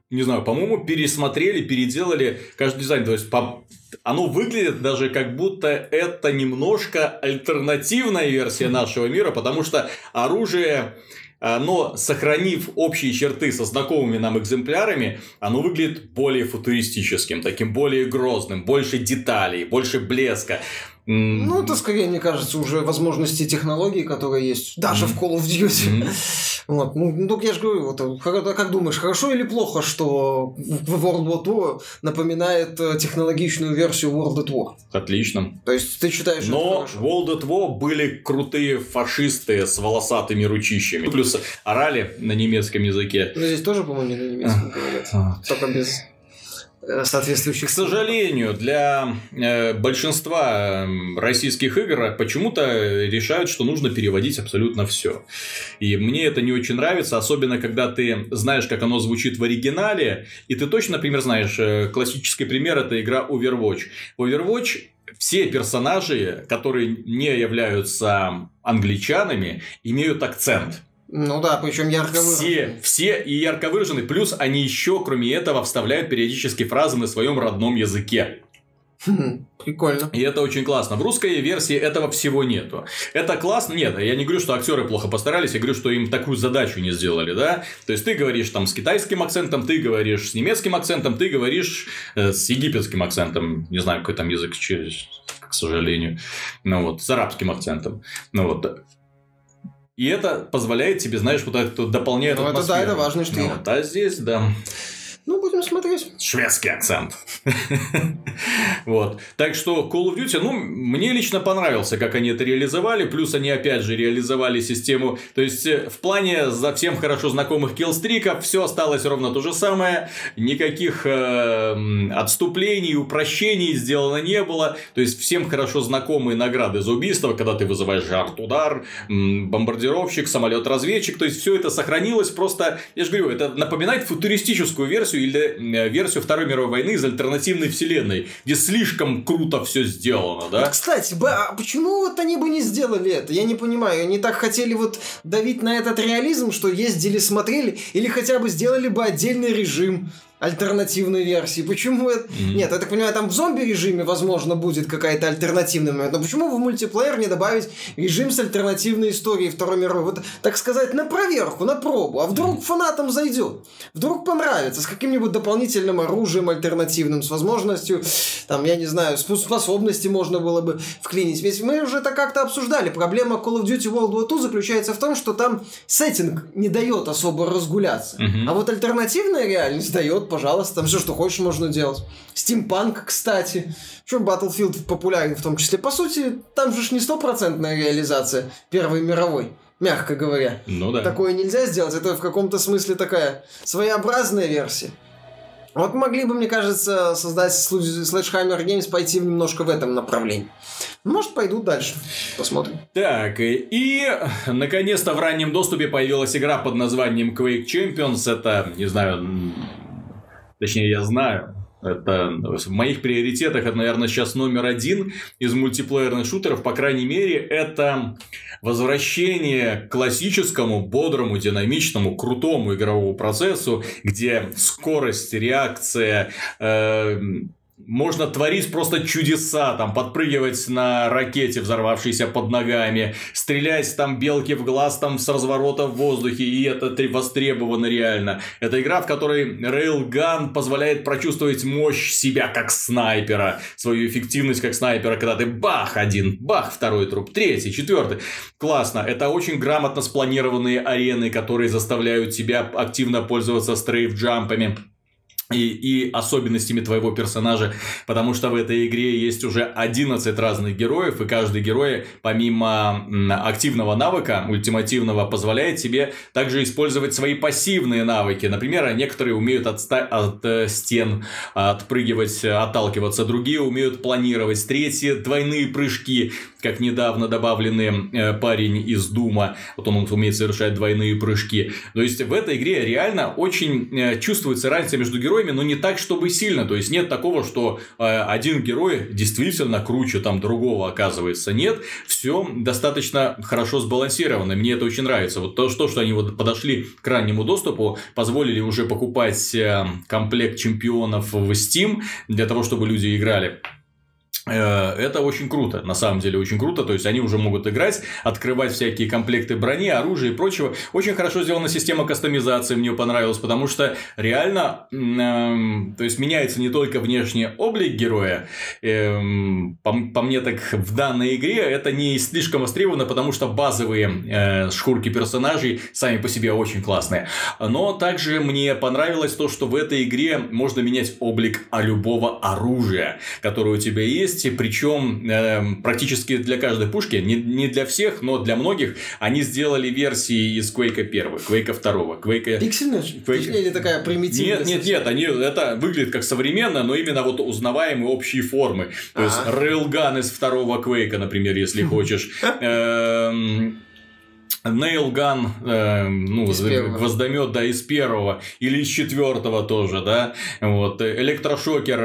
не знаю, по-моему, пересмотрели, переделали каждый дизайн. То есть, оно выглядит даже как будто это немножко альтернативная версия нашего мира, потому что оружие, оно, сохранив общие черты со знакомыми нам экземплярами, оно выглядит более футуристическим, таким более грозным, больше деталей, больше блеска. Ну, это скорее, мне кажется, уже возможности технологий, которые есть даже в Call of Duty. Вот. Ну, только я же говорю, вот, как думаешь, хорошо или плохо, что World at War напоминает технологичную версию World at War? Отлично. То есть, ты считаешь, но это хорошо? В World at War были крутые фашисты с волосатыми ручищами. Плюс орали на немецком языке. Но здесь тоже, по-моему, не на немецком говорят. Только без соответствующих... К сожалению, для большинства российских игр почему-то решают, что нужно переводить абсолютно все. И мне это не очень нравится, особенно когда ты знаешь, как оно звучит в оригинале, и ты точно, например, знаешь, классический пример — это игра Overwatch. Overwatch все персонажи, которые не являются англичанами, имеют акцент. Ну да, причем ярко выраженный. Все и ярко выражены. Плюс они еще, кроме этого, вставляют периодически фразы на своем родном языке. Прикольно. И это очень классно. В русской версии этого всего нету. Это классно. Нет, я не говорю, что актеры плохо постарались. Я говорю, что им такую задачу не сделали, да. То есть, ты говоришь там с китайским акцентом, ты говоришь с немецким акцентом, ты говоришь с египетским акцентом. Не знаю, какой там язык, к сожалению. Ну вот, с арабским акцентом. Ну вот. И это позволяет тебе, знаешь, вот это дополняет атмосферу. Да, это важный штрих. Вот, а здесь, да. Ну, будем смотреть. Шведский акцент. Вот. Так что Call of Duty, мне лично понравился, как они это реализовали. Плюс они, опять же, реализовали систему. То есть, в плане за всем хорошо знакомых киллстриков все осталось ровно то же самое. Никаких отступлений, упрощений сделано не было. То есть, всем хорошо знакомые награды за убийство, когда ты вызываешь арт-удар, бомбардировщик, самолет-разведчик. То есть, все это сохранилось. Просто, я же говорю, это напоминает футуристическую версию или версию Второй мировой войны из альтернативной вселенной, где слишком круто все сделано, да? Кстати, а почему вот они бы не сделали это? Я не понимаю. Они так хотели вот давить на этот реализм, что ездили, смотрели, или хотя бы сделали бы отдельный режим альтернативной версии. Почему это... Нет, я так понимаю, там в зомби-режиме, возможно, будет какая-то альтернативная момент. Но почему в мультиплеер не добавить режим с альтернативной историей Второй мировой? Вот, так сказать, на проверку, на пробу. А вдруг фанатам зайдет? Вдруг понравится? С каким-нибудь дополнительным оружием альтернативным, с возможностью, там, я не знаю, способности можно было бы вклинить. Ведь мы уже это как-то обсуждали. Проблема Call of Duty World War II заключается в том, что там сеттинг не дает особо разгуляться. А вот альтернативная реальность дает. Пожалуйста, там все, что хочешь, можно делать. Стимпанк, кстати. В чем Battlefield популярен в том числе? По сути, там же не стопроцентная реализация Первой мировой, мягко говоря. Ну да. Такое нельзя сделать. Это в каком-то смысле такая своеобразная версия. Вот могли бы, мне кажется, создать Sledgehammer Games пойти немножко в этом направлении. Может, пойдут дальше. Посмотрим. Так, и наконец-то в раннем доступе появилась игра под названием Quake Champions. Это, не знаю... Точнее, я знаю, это в моих приоритетах, это, наверное, сейчас номер 1 из мультиплеерных шутеров. По крайней мере, это возвращение к классическому, бодрому, динамичному, крутому игровому процессу, где скорость, реакция... Можно творить просто чудеса, там, подпрыгивать на ракете, взорвавшейся под ногами, стрелять там белки в глаз там с разворота в воздухе, и это востребовано реально. Это игра, в которой Railgun позволяет прочувствовать мощь себя как снайпера, свою эффективность как снайпера, когда ты бах один, бах второй труп, третий, четвертый. Классно. Это очень грамотно спланированные арены, которые заставляют тебя активно пользоваться стрейф-джампами. И особенностями твоего персонажа, потому что в этой игре есть уже 11 разных героев, и каждый герой, помимо активного навыка, ультимативного, позволяет тебе также использовать свои пассивные навыки. Например, некоторые умеют от стен отпрыгивать, отталкиваться, другие умеют планировать, третьи двойные прыжки, как недавно добавленный парень из Дума, вот он умеет совершать двойные прыжки. То есть в этой игре реально очень чувствуется разница между героями. героями, но не так, чтобы сильно. То есть, нет такого, что один герой действительно круче там другого оказывается. Нет, все достаточно хорошо сбалансировано. Мне это очень нравится. Вот то, что они вот подошли к раннему доступу, позволили уже покупать комплект чемпионов в Steam для того, чтобы люди играли. Это очень круто, на самом деле очень круто, то есть они уже могут играть, открывать всякие комплекты брони, оружия и прочего. Очень хорошо сделана система кастомизации, мне понравилась, потому что реально, то есть меняется не только внешний облик героя, по мне так в данной игре это не слишком востребовано, потому что базовые шкурки персонажей сами по себе очень классные. Но также мне понравилось то, что в этой игре можно менять облик любого оружия, которое у тебя есть. Причем практически для каждой пушки, не для всех, но для многих, они сделали версии из Quake 1, Quake 2, Quake... Пиксельная? Или такая примитивная? Нет, это выглядит как современно, но именно вот узнаваемые общие формы. То есть, рейлган из второго Quake, например, если хочешь. Нейлган, гвоздомет, да, из первого, или из четвертого тоже, да, вот, электрошокер,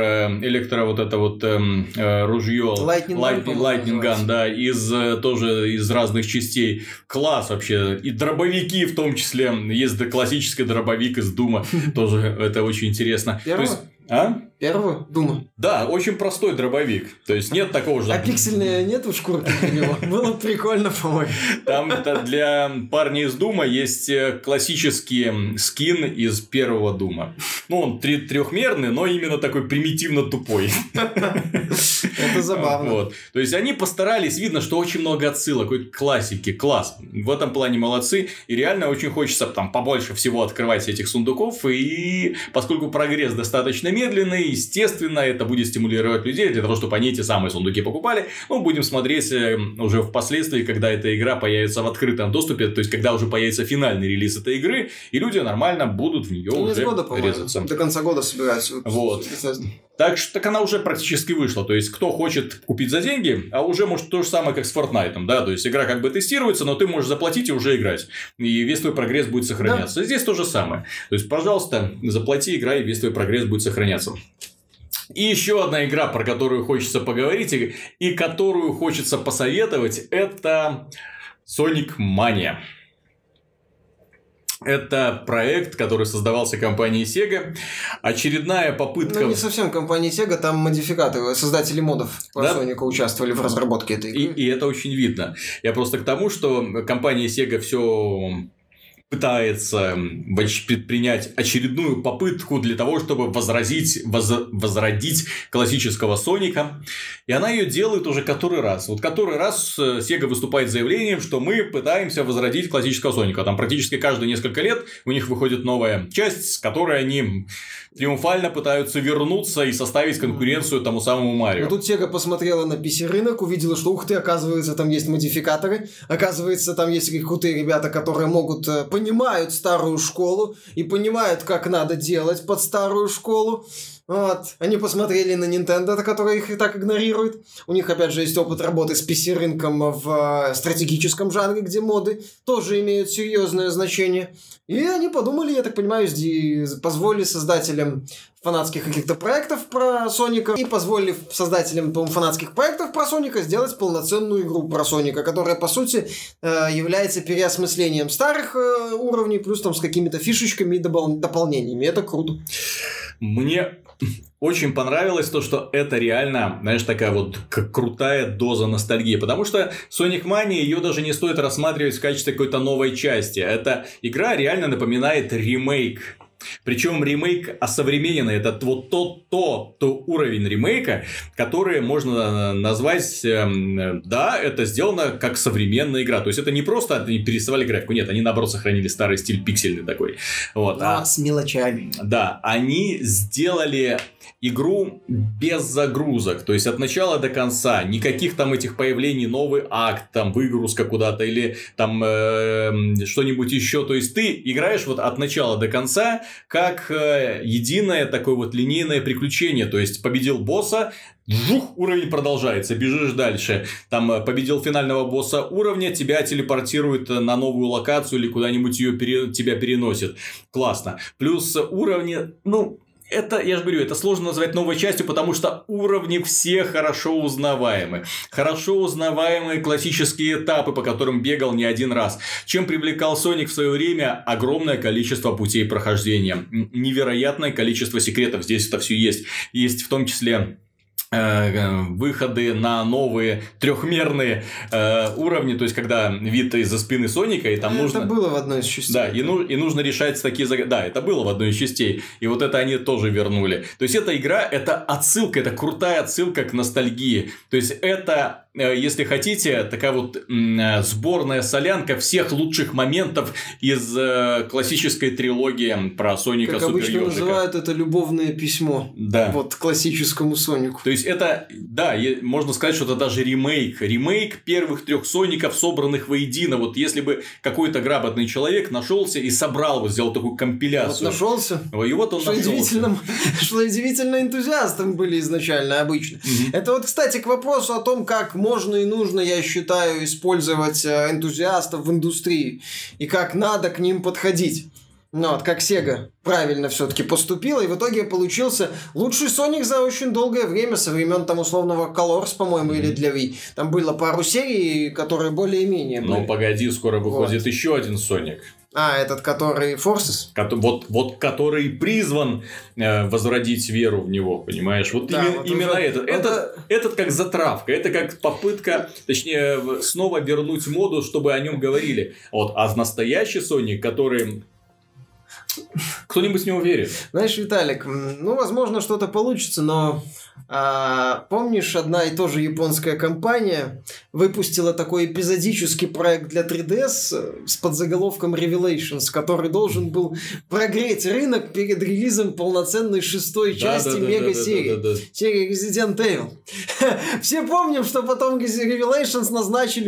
ружье, Lightning Gun, да, тоже из разных частей, класс вообще, и дробовики в том числе, есть классический дробовик из Дума, тоже это очень интересно. Первую? Дума. Да, очень простой дробовик. То есть, нет такого же... А пиксельная нету шкурки для него? Было прикольно, по-моему. Там для парня из Дума есть классический скин из первого Дума. Он трехмерный, но именно такой примитивно тупой. Это забавно. Вот. То есть, они постарались, видно, что очень много отсылок к классике. Класс. В этом плане молодцы. И реально очень хочется там побольше всего открывать этих сундуков. И поскольку прогресс достаточно медленный, естественно, это будет стимулировать людей для того, чтобы они эти самые сундуки покупали. Будем смотреть уже впоследствии, когда эта игра появится в открытом доступе, то есть, когда уже появится финальный релиз этой игры, и люди нормально будут в нее уже резаться. До конца года собираются. Вот. Так она уже практически вышла. То есть, кто хочет купить за деньги, а уже может то же самое, как с Fortnite. Да? То есть, игра как бы тестируется, но ты можешь заплатить и уже играть. И весь твой прогресс будет сохраняться. Да. Здесь то же самое. То есть, пожалуйста, заплати, играй, и весь твой прогресс будет сохраняться. И еще одна игра, про которую хочется поговорить и которую хочется посоветовать, это Sonic Mania. Это проект, который создавался компанией Sega. Очередная попытка... не совсем компания Sega, там модификаторы, создатели модов по Соника участвовали в разработке этой игры. И это очень видно. Я просто к тому, что компания Sega все пытается предпринять очередную попытку для того, чтобы возродить классического Соника. И она ее делает уже который раз. Вот который раз Sega выступает с заявлением, что мы пытаемся возродить классического Соника. Там практически каждые несколько лет у них выходит новая часть, с которой они триумфально пытаются вернуться и составить конкуренцию тому самому Марио. Тут Sega посмотрела на PC-рынок, увидела, что ух ты, оказывается, там есть модификаторы, оказывается, там есть крутые ребята, которые понимают старую школу и понимают, как надо делать под старую школу. Вот. Они посмотрели на Nintendo, который их и так игнорирует. У них, опять же, есть опыт работы с PC-рынком в стратегическом жанре, где моды тоже имеют серьезное значение. И они подумали, я так понимаю, позволили создателям фанатских каких-то проектов про Соника и позволили создателям, по-моему, фанатских проектов про Соника сделать полноценную игру про Соника, которая, по сути, является переосмыслением старых уровней, плюс там с какими-то фишечками и дополнениями. Это круто. Мне очень понравилось то, что это реально, знаешь, такая вот крутая доза ностальгии. Потому что Sonic Mania, ее даже не стоит рассматривать в качестве какой-то новой части. Эта игра реально напоминает ремейк. Причем ремейк осовремененный. Это вот тот уровень ремейка, который можно назвать, да, это сделано как современная игра. То есть, это не просто они перерисовали графику. Нет, они, наоборот, сохранили старый стиль пиксельный такой. Вот. С мелочами. Да, они сделали игру без загрузок, то есть от начала до конца, никаких там этих появлений, новый акт, там выгрузка куда-то или там что-нибудь еще, то есть ты играешь вот от начала до конца как единое такое вот линейное приключение, то есть победил босса, уровень продолжается, бежишь дальше. Там победил финального босса уровня, тебя телепортируют на новую локацию или куда-нибудь тебя переносит. Классно. Плюс уровни, это, я же говорю, это сложно назвать новой частью, потому что уровни все хорошо узнаваемы. Хорошо узнаваемые классические этапы, по которым бегал не один раз. Чем привлекал Соник в свое время? Огромное количество путей прохождения. Невероятное количество секретов. Здесь это все есть. Есть в том числе выходы на новые трехмерные уровни, то есть когда вид из-за спины Соника, и там нужно... Это было в одной из частей. Да, и нужно решать такие загадки. Да, это было в одной из частей, и вот это они тоже вернули. То есть эта игра, это отсылка, это крутая отсылка к ностальгии. То есть это, если хотите, такая вот сборная солянка всех лучших моментов из классической трилогии про Соника Супер Ёжика. Как обычно называют это любовное письмо. Да. Вот классическому Сонику. То есть это, да, можно сказать, что это даже ремейк первых 3 Соников, собранных воедино. Вот если бы какой-то грамотный человек нашелся и собрал, вот сделал такую компиляцию. Вот нашелся. И вот он нашелся. Что удивительно энтузиастом были изначально обычно. Это вот, кстати, к вопросу о том, как можно и нужно, я считаю, использовать энтузиастов в индустрии. И как надо к ним подходить. Ну, вот как Sega правильно все-таки поступила, и в итоге получился лучший Соник за очень долгое время, со времен там условного Colors, по-моему, или для Wii. Там было пару серий, которые более-менее были. Ну, погоди, скоро выходит еще один Соник. Этот, который Forces? Вот который призван возродить веру в него, понимаешь? Вот да, именно этот. Этот как затравка, это как попытка, точнее, снова вернуть моду, чтобы о нем говорили. Вот, а настоящий Соник, который... Кто-нибудь не уверен. Знаешь, Виталик, ну, возможно, что-то получится, но помнишь, одна и та же японская компания выпустила такой эпизодический проект для 3DS с подзаголовком Revelations, который должен был прогреть рынок перед релизом полноценной 6-й части мега-серии. Серии Resident Evil. Все помним, что потом Revelations назначили,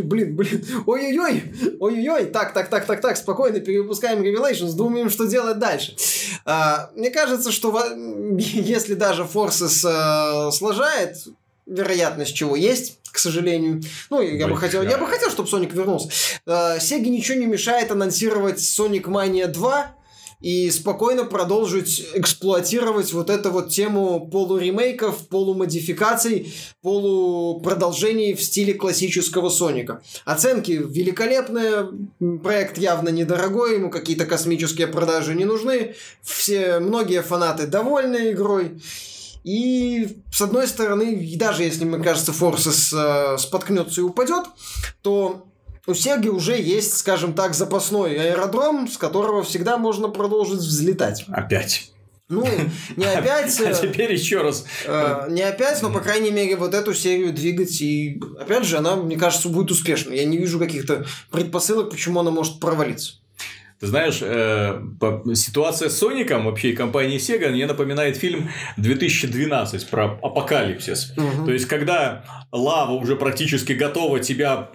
ой-ой-ой, так, спокойно перевыпускаем Revelations, думаем, что делать дальше. Мне кажется, что если даже Forces сложает, вероятность чего есть, к сожалению. Ну, я бы хотел, чтобы Соник вернулся. Сеге ничего не мешает анонсировать Sonic Mania 2 и спокойно продолжить эксплуатировать вот эту вот тему полуремейков, полумодификаций, полупродолжений в стиле классического Соника. Оценки великолепные, проект явно недорогой, ему какие-то космические продажи не нужны, многие фанаты довольны игрой. И, с одной стороны, даже если, мне кажется, Forces споткнется и упадет, то у Сеги уже есть, скажем так, запасной аэродром, с которого всегда можно продолжить взлетать. Опять. Ну, не опять. А теперь еще раз. Не опять, но, по крайней мере, вот эту серию двигать. И, опять же, она, мне кажется, будет успешной. Я не вижу каких-то предпосылок, почему она может провалиться. Ты знаешь, ситуация с Соником вообще и компанией Sega мне напоминает фильм 2012 про апокалипсис. То есть, когда лава уже практически готова тебя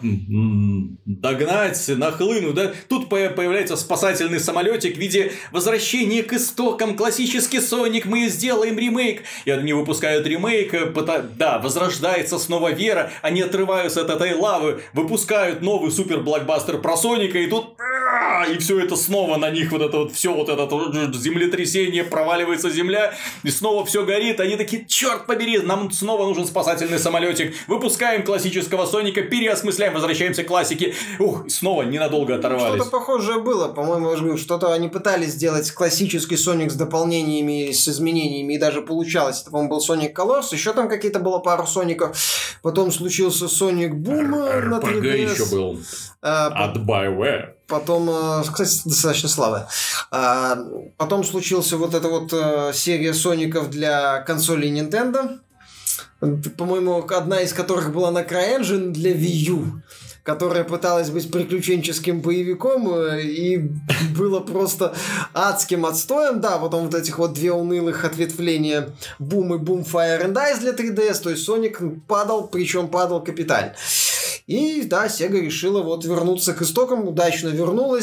догнать, нахлынуть, да? Тут появляется спасательный самолетик в виде возвращения к истокам. Классический Соник, мы сделаем ремейк. И они выпускают ремейк, да, возрождается снова вера, они отрываются от этой лавы, выпускают новый супер-блокбастер про Соника, и тут... И все это снова на них вот это вот все вот это землетрясение, проваливается земля, и снова все горит. Они такие: черт побери, нам снова нужен спасательный самолетик. Выпускаем классического Соника, переосмысляем, возвращаемся к классике. Снова ненадолго оторвались. Что-то похожее было, по-моему, что-то они пытались сделать классический Соник с дополнениями, с изменениями, и даже получалось. Это, по-моему, был Sonic Colors, еще там какие-то было пару Соников. Потом случился Sonic Boom на 3DS. RPG еще был. От BioWare. Потом, кстати, достаточно слабая. Потом случился вот эта вот серия Соников для консолей Nintendo. По-моему, одна из которых была на CryEngine для Wii U, которая пыталась быть приключенческим боевиком и было просто адским отстоем. Да, потом вот этих вот 2 унылых ответвления Boom и Boom Fire and Ice для 3DS. То есть Соник падал, причем падал капитально. И да, Sega решила вот вернуться к истокам, удачно вернулась.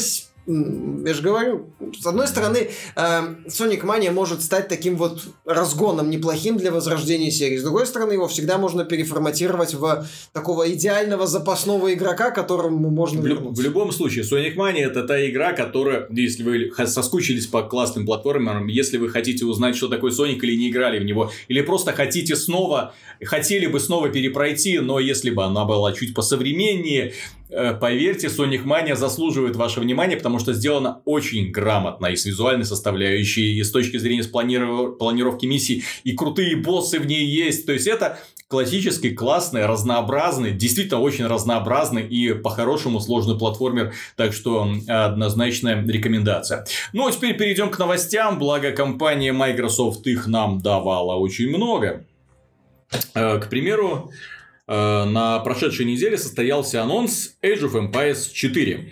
я же говорю, с одной стороны, Sonic Mania может стать таким вот разгоном неплохим для возрождения серии. С другой стороны, его всегда можно переформатировать в такого идеального запасного игрока, которому можно вернуться. В любом случае, Sonic Mania — это та игра, которая, если вы соскучились по классным платформерам, если вы хотите узнать, что такое Sonic, или не играли в него, или просто хотели бы снова перепройти, но если бы она была чуть посовременнее, поверьте, Sonic Mania заслуживает ваше внимание, потому что сделано очень грамотно и с визуальной составляющей, и с точки зрения планировки миссий, и крутые боссы в ней есть. То есть, это классический, классный, разнообразный, действительно очень разнообразный и по-хорошему сложный платформер. Так что, однозначная рекомендация. Ну, а теперь перейдем к новостям. Благо, компания Microsoft их нам давала очень много. К примеру, на прошедшей неделе состоялся анонс Age of Empires 4.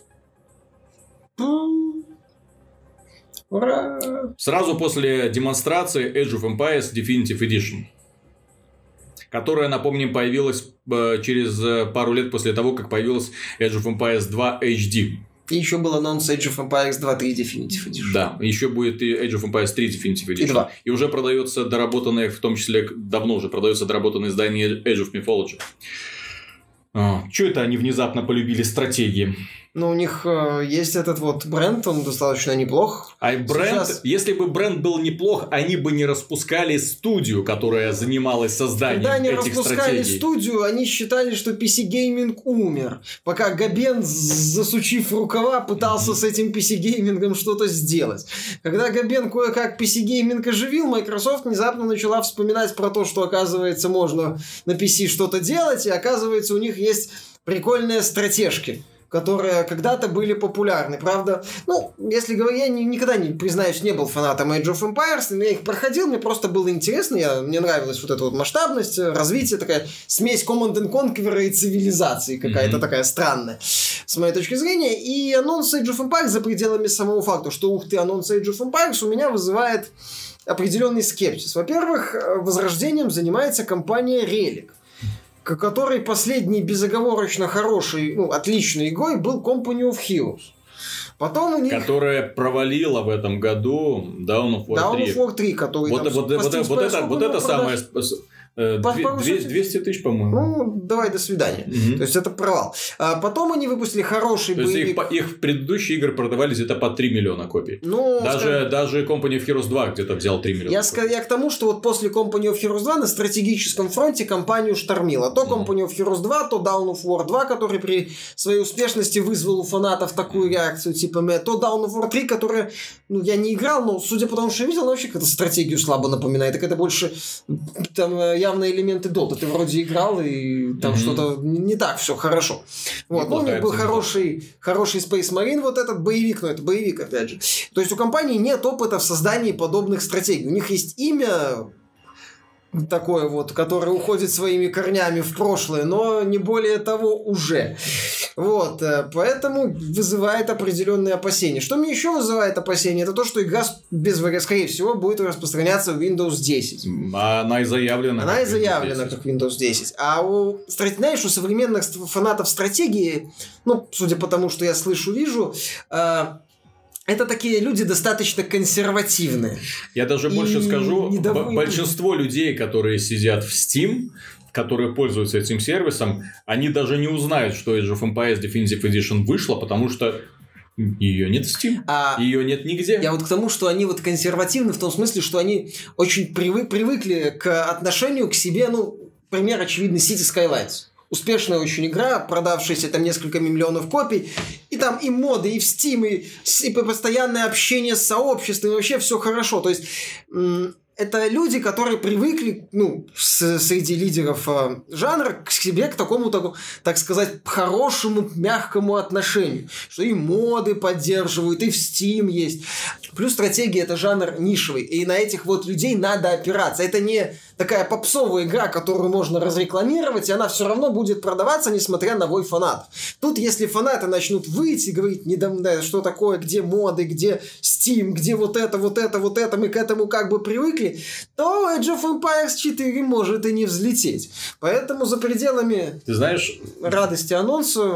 Ура! Сразу после демонстрации Age of Empires Definitive Edition, которая, напомним, появилась через пару лет после того, как появилась Age of Empires 2 HD. И еще был анонс Age of Empires 2 3 Definitive Edition. Да, еще будет и Age of Empires 3 Definitive Edition. И 2. И уже продается доработанное, в том числе давно уже продается доработанное издание Age of Mythology. Чё это они внезапно полюбили стратегии? Ну, у них есть этот вот бренд, он достаточно неплох. А бренд, если бы бренд был неплох, они бы не распускали студию, которая занималась созданием Когда они этих распускали стратегий. студию, они считали, что PC-гейминг умер. Пока Габен, засучив рукава, пытался с этим PC-геймингом что-то сделать. Когда Габен кое-как PC-гейминг оживил, Microsoft внезапно начала вспоминать про то, что, оказывается, можно на PC что-то делать, и, оказывается, у них есть прикольные стратежки, которые когда-то были популярны. Правда, ну, если говорить, я никогда, признаюсь, не был фанатом Age of Empires, я их проходил, мне просто было интересно, мне нравилась вот эта вот масштабность, развитие, такая смесь Command & Conquer и цивилизации какая-то такая странная, с моей точки зрения. И анонс Age of Empires за пределами самого факта, что ух ты, анонс Age of Empires у меня вызывает определенный скепсис. Во-первых, возрождением занимается компания Relic, которой последней безоговорочно хорошей, отличной игрой был Company of Heroes. Потом у них... Которая провалила в этом году Dawn of War 3. Dawn of War 3, который вот это самое... 200 тысяч, по-моему. Ну, давай, до свидания. То есть, это провал. А потом они выпустили хороший боевик. Их предыдущие игры продавались где-то по 3 миллиона копий. Ну, даже Company of Heroes 2 где-то взял 3 миллиона копий. Я к тому, что вот после Company of Heroes 2 на стратегическом фронте компанию штормило. То Company of Heroes 2, то Dawn of War 2, который при своей успешности вызвал у фанатов такую реакцию, типа, то Dawn of War 3, которая, я не играл, но судя по тому, что я видел, она вообще как-то стратегию слабо напоминает. Так это больше там явные элементы Dota. Ты вроде играл, и там что-то не так все хорошо. Вот. Ну, у них был хороший Space Marine, вот этот боевик, но это боевик, опять же. То есть, у компании нет опыта в создании подобных стратегий. У них есть имя такое вот, которое уходит своими корнями в прошлое, но не более того уже. Вот, поэтому вызывает определенные опасения. Что мне еще вызывает опасения, это то, что игра, скорее всего, будет распространяться в Windows 10. Она и заявлена. Она и заявлена как Windows 10. А знаешь, у современных фанатов стратегии, судя по тому, что я слышу, вижу, это такие люди достаточно консервативные. Я даже больше скажу, большинство людей, которые сидят в Steam, которые пользуются этим сервисом, они даже не узнают, что Age of Empires Definitive Edition вышла, потому что ее нет в Steam, ее нет нигде. Я вот к тому, что они вот консервативны в том смысле, что они очень привыкли к отношению к себе, пример очевидный, City Skylines. Успешная очень игра, продавшаяся там несколько миллионов копий, и там и моды, и в Steam, и постоянное общение с сообществом, и вообще все хорошо. То есть, это люди, которые привыкли, среди лидеров жанра, к себе, к такому, так сказать, хорошему, мягкому отношению. Что и моды поддерживают, и в Steam есть. Плюс стратегия – это жанр нишевый, и на этих вот людей надо опираться. Это не такая попсовая игра, которую можно разрекламировать, и она все равно будет продаваться, несмотря на вой фанатов. Тут, если фанаты начнут выйти и говорить, что такое, где моды, где Steam, где вот это, мы к этому как бы привыкли, то Age of Empires 4 может и не взлететь. Поэтому за пределами радости анонса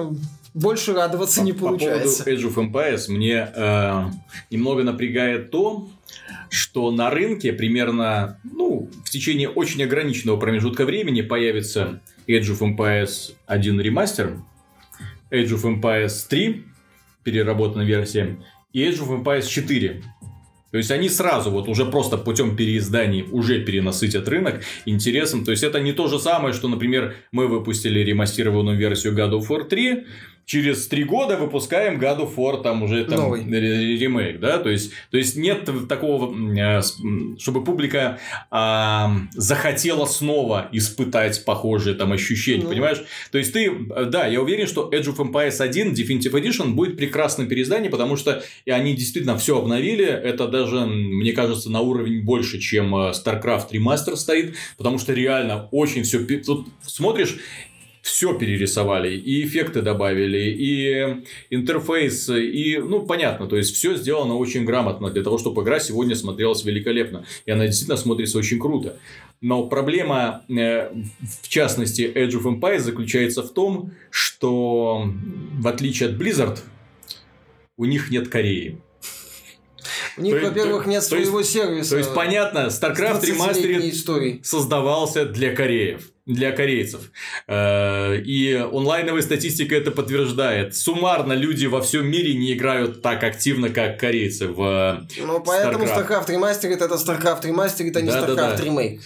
больше радоваться не получается. По поводу Age of Empires мне немного напрягает то, что на рынке примерно, в течение очень ограниченного промежутка времени появится Age of Empires 1 ремастер, Age of Empires 3 переработанная версия и Age of Empires 4. То есть они сразу уже просто путем переизданий уже перенасытят рынок интересом. То есть это не то же самое, что, например, мы выпустили ремастированную версию God of War 3, через 3 года выпускаем God of War уже новый ремейк, да, то есть нет такого, чтобы публика захотела снова испытать похожие ощущения, понимаешь? То есть я уверен, что Age of Empires 1 Definitive Edition будет прекрасным переизданием, потому что они действительно все обновили, это даже, мне кажется, на уровень больше, чем StarCraft Remaster стоит, потому что реально очень все, тут смотришь, все перерисовали, и эффекты добавили, и интерфейс, и, понятно, то есть все сделано очень грамотно для того, чтобы игра сегодня смотрелась великолепно, и она действительно смотрится очень круто. Но проблема, в частности, Age of Empires заключается в том, что в отличие от Blizzard, у них нет Кореи. У них, во-первых, нет своего сервиса. То есть, понятно, StarCraft Remastered создавался для корейцев. И онлайновая статистика это подтверждает. Суммарно люди во всем мире не играют так активно, как корейцы в поэтому StarCraft Remastered это StarCraft Remastered, а не StarCraft Remake.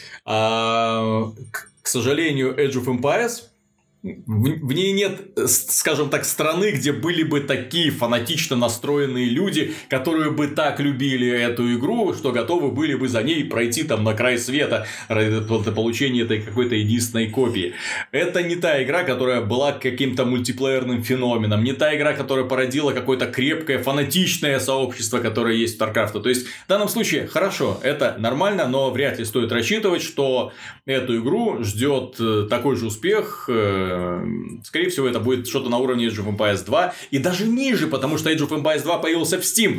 К сожалению, Age of Empires, в ней нет, скажем так, страны, где были бы такие фанатично настроенные люди, которые бы так любили эту игру, что готовы были бы за ней пройти на край света ради получения этой какой-то единственной копии. Это не та игра, которая была каким-то мультиплеерным феноменом, не та игра, которая породила какое-то крепкое фанатичное сообщество, которое есть в StarCraft. То есть, в данном случае, хорошо, это нормально, но вряд ли стоит рассчитывать, что эту игру ждет такой же успех. Скорее всего, это будет что-то на уровне Age of Empires 2 и даже ниже, потому что Age of Empires 2 появился в Steam.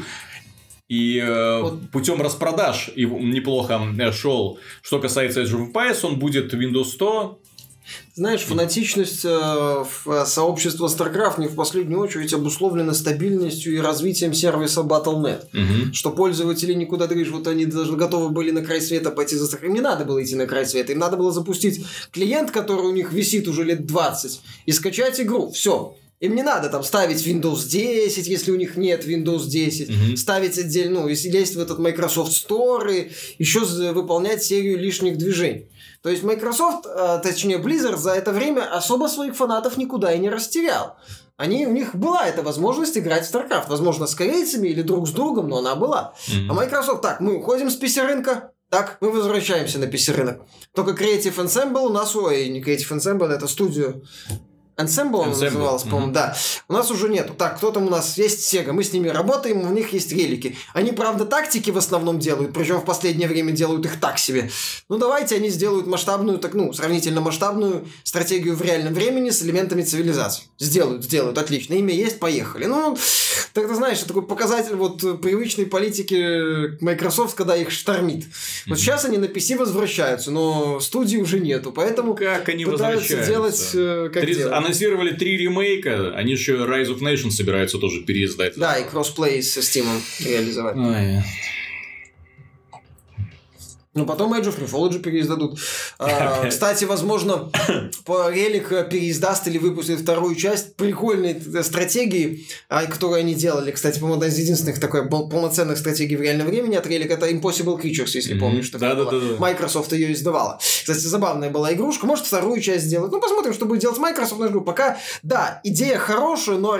И путем распродаж неплохо шел. Что касается Age of Empires, он будет Windows 100. Знаешь, фанатичность сообщества StarCraft не в последнюю очередь обусловлена стабильностью и развитием сервиса Battle.net. Что пользователи никуда движут, они даже готовы были на край света пойти за StarCraft. Им не надо было идти на край света, им надо было запустить клиент, который у них висит уже лет 20, и скачать игру. Все. Им не надо ставить Windows 10, если у них нет Windows 10, ставить отдельно, если лезть в этот Microsoft Store и еще выполнять серию лишних движений. То есть Microsoft, точнее Blizzard, за это время особо своих фанатов никуда и не растерял. У них была эта возможность играть в StarCraft. Возможно, с корейцами или друг с другом, но она была. А Microsoft, мы уходим с PC-рынка, мы возвращаемся на PC-рынок. Только Creative Ensemble у нас, не Creative Ensemble, это студию... Ensemble он назывался, по-моему, да. У нас уже нету. Так, кто там у нас? Есть Sega. Мы с ними работаем, у них есть релики. Они, правда, тактики в основном делают, причем в последнее время делают их так себе. Давайте они сделают масштабную, сравнительно масштабную стратегию в реальном времени с элементами цивилизации. Сделают, отлично. Имя есть, поехали. Тогда, знаешь, это такой показатель привычной политики Microsoft, когда их штормит. Вот сейчас они на PC возвращаются, но студии уже нету, поэтому как они пытаются делать, как делать. Анонсировали 3 ремейка, они еще Rise of Nations собираются тоже переиздать. Да, и кроссплей с Steam реализовать. Потом Age of Mythology переиздадут. Кстати, возможно, Relic переиздаст или выпустит вторую часть прикольной стратегии, которую они делали. Кстати, по-моему, одна из единственных такой полноценных стратегий в реальном времени от Relic — это Impossible Creatures, если помнишь. Да. Microsoft ее издавала. Кстати, забавная была игрушка. Может, вторую часть сделать. Посмотрим, что будет делать Microsoft. Но пока, да, идея хорошая, но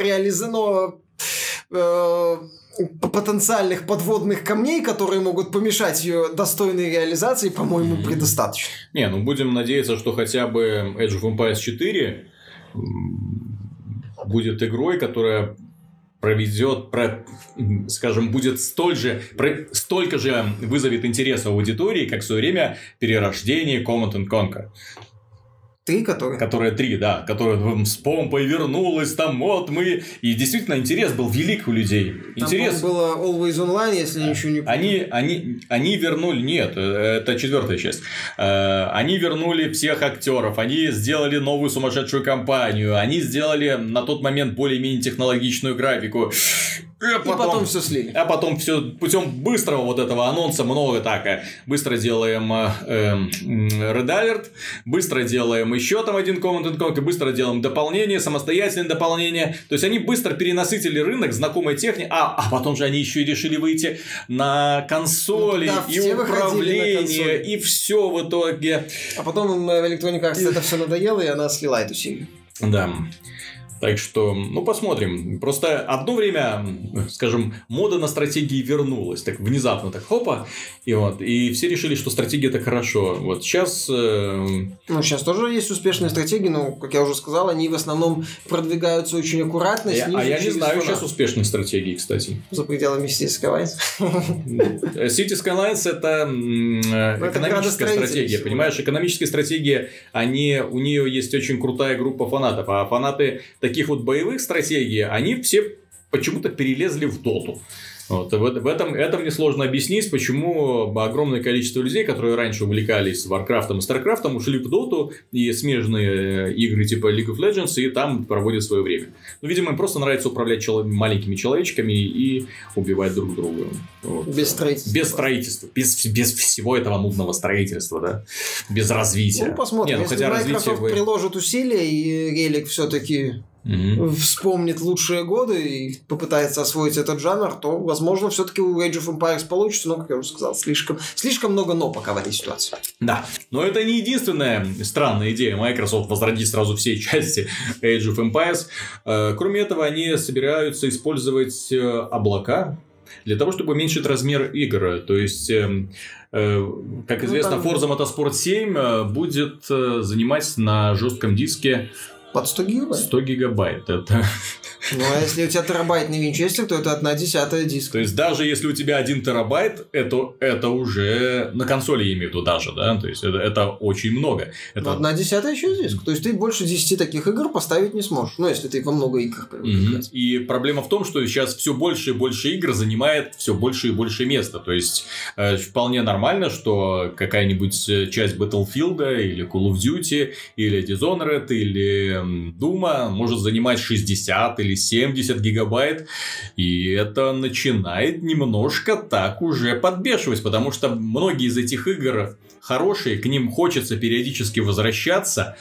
потенциальных подводных камней, которые могут помешать ее достойной реализации, по-моему, предостаточно. Будем надеяться, что хотя бы Age of Empires 4 будет игрой, которая будет столько же вызовет интерес у аудитории, как в свое время перерождение Command & Conquer. 3, которые? Которые 3, да. Которые с помпой вернулась, там вот мы... И действительно интерес был велик у людей. Интерес... Там было Always Online, если ничего не помню. Они вернули... Нет, это 4-я часть. Они вернули всех актеров. Они сделали новую сумасшедшую кампанию. Они сделали на тот момент более-менее технологичную графику. И потом все слили. А потом все путем быстрого вот этого анонса много так. Быстро делаем Red Alert, быстро делаем еще там один Command & быстро делаем дополнение, самостоятельное дополнение. То есть они быстро перенасытили рынок знакомой техники. А потом же они еще и решили выйти на консоли, и управление, и все в итоге. А потом Electronic Arts это все надоело, и она слила эту серию. Да. Так что, посмотрим. Просто одно время, скажем, мода на стратегии вернулась. Так внезапно, так хопа. И все решили, что стратегия это хорошо. Вот сейчас... сейчас тоже есть успешные стратегии, но, как я уже сказал, они в основном продвигаются очень аккуратно. Я не знаю сейчас успешных стратегий, кстати. За пределами City Skylines. City Skylines это экономическая стратегия. Понимаешь, экономическая стратегия, у нее есть очень крутая группа фанатов. А фанаты таких вот боевых стратегий, они все почему-то перелезли в доту. Вот. Это мне сложно объяснить, почему огромное количество людей, которые раньше увлекались Warcraft'ом и StarCraft'ом, ушли в доту и смежные игры типа League of Legends и там проводят свое время. Видимо, им просто нравится управлять маленькими человечками и убивать друг друга. Вот. Без строительства. Без строительства. Без всего этого нудного строительства, да? Без развития. Посмотрим. Если Microsoft приложит усилия и Relic все-таки вспомнит лучшие годы и попытается освоить этот жанр, то, возможно, все-таки у Age of Empires получится, но, как я уже сказал, слишком много «но» пока в этой ситуации. Да, но это не единственная странная идея Microsoft возродить сразу все части Age of Empires. Кроме этого, они собираются использовать облака для того, чтобы уменьшить размер игр. То есть, как известно, Forza Motorsport 7 будет занимать на жестком диске под 100 гигабайт? 100 гигабайт. Это... А если у тебя терабайтный винчестер, то это 1/10 диска. То есть, даже если у тебя 1 терабайт, это уже на консоли, я имею в виду, даже, да? То есть, это очень много. Это... 1/10 еще диск. То есть, ты больше 10 таких игр поставить не сможешь. Если ты во много игр привыкаешь. И проблема в том, что сейчас все больше и больше игр занимает все больше и больше места. То есть, вполне нормально, что какая-нибудь часть Battlefield или Call of Duty, или Dishonored, или Doom может занимать 60 или 70 гигабайт. И это начинает немножко так уже подбешивать. Потому что многие из этих игр хорошие, к ним хочется периодически возвращаться.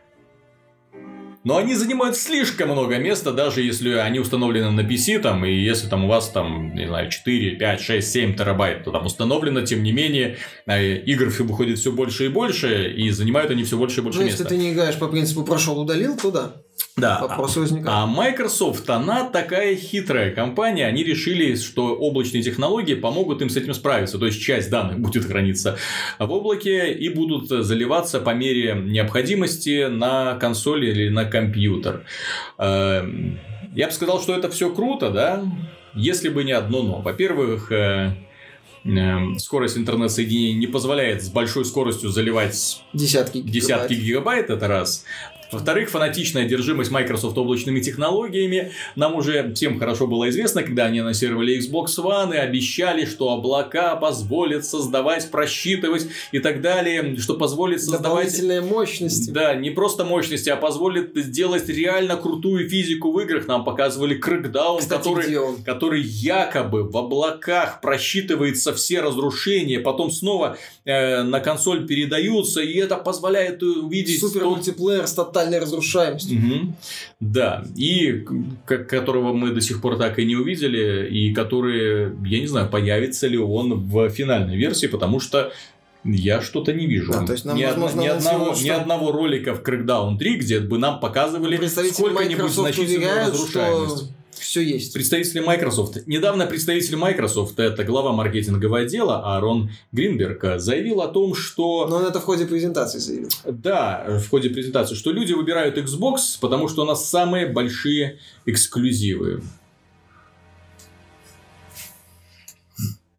Но они занимают слишком много места, даже если они установлены на PC, и если у вас 4, 5, 6, 7 терабайт, то там установлено, тем не менее, игр выходит все больше и больше, и занимают они все больше и больше места. Если ты не играешь по принципу прошел, удалил, то да. Да. Вопросы возникают. А Microsoft, она такая хитрая компания, они решили, что облачные технологии помогут им с этим справиться. То есть, часть данных будет храниться в облаке и будут заливаться по мере необходимости на консоли или на компьютер. Я бы сказал, что это все круто, да, если бы не одно но. Во-первых, скорость интернет-соединения не позволяет с большой скоростью заливать десятки гигабайт, это раз. Во-вторых, фанатичная одержимость Microsoft облачными технологиями. Нам уже всем хорошо было известно, когда они анонсировали Xbox One и обещали, что облака позволят создавать, просчитывать и так далее, что позволит создавать... Дополнительные мощности. Да, не просто мощности, а позволит сделать реально крутую физику в играх. Нам показывали Crackdown, который якобы в облаках просчитывается все разрушения, потом снова на консоль передаются, и это позволяет увидеть... Супер мультиплеер с тотальной разрушаемостью. Да, и которого мы до сих пор так и не увидели, и который, я не знаю, появится ли он в финальной версии, потому что я что-то не вижу. Да, то есть нам, ни одного ролика в Crackdown 3, где бы нам показывали сколько-нибудь значительную разрушаемость. Все есть. Представители Microsoft. Недавно представитель Microsoft, это глава маркетингового отдела Аарон Гринберг, заявил о том, что... Но он это в ходе презентации заявил. Да, в ходе презентации, что люди выбирают Xbox, потому что у нас самые большие эксклюзивы.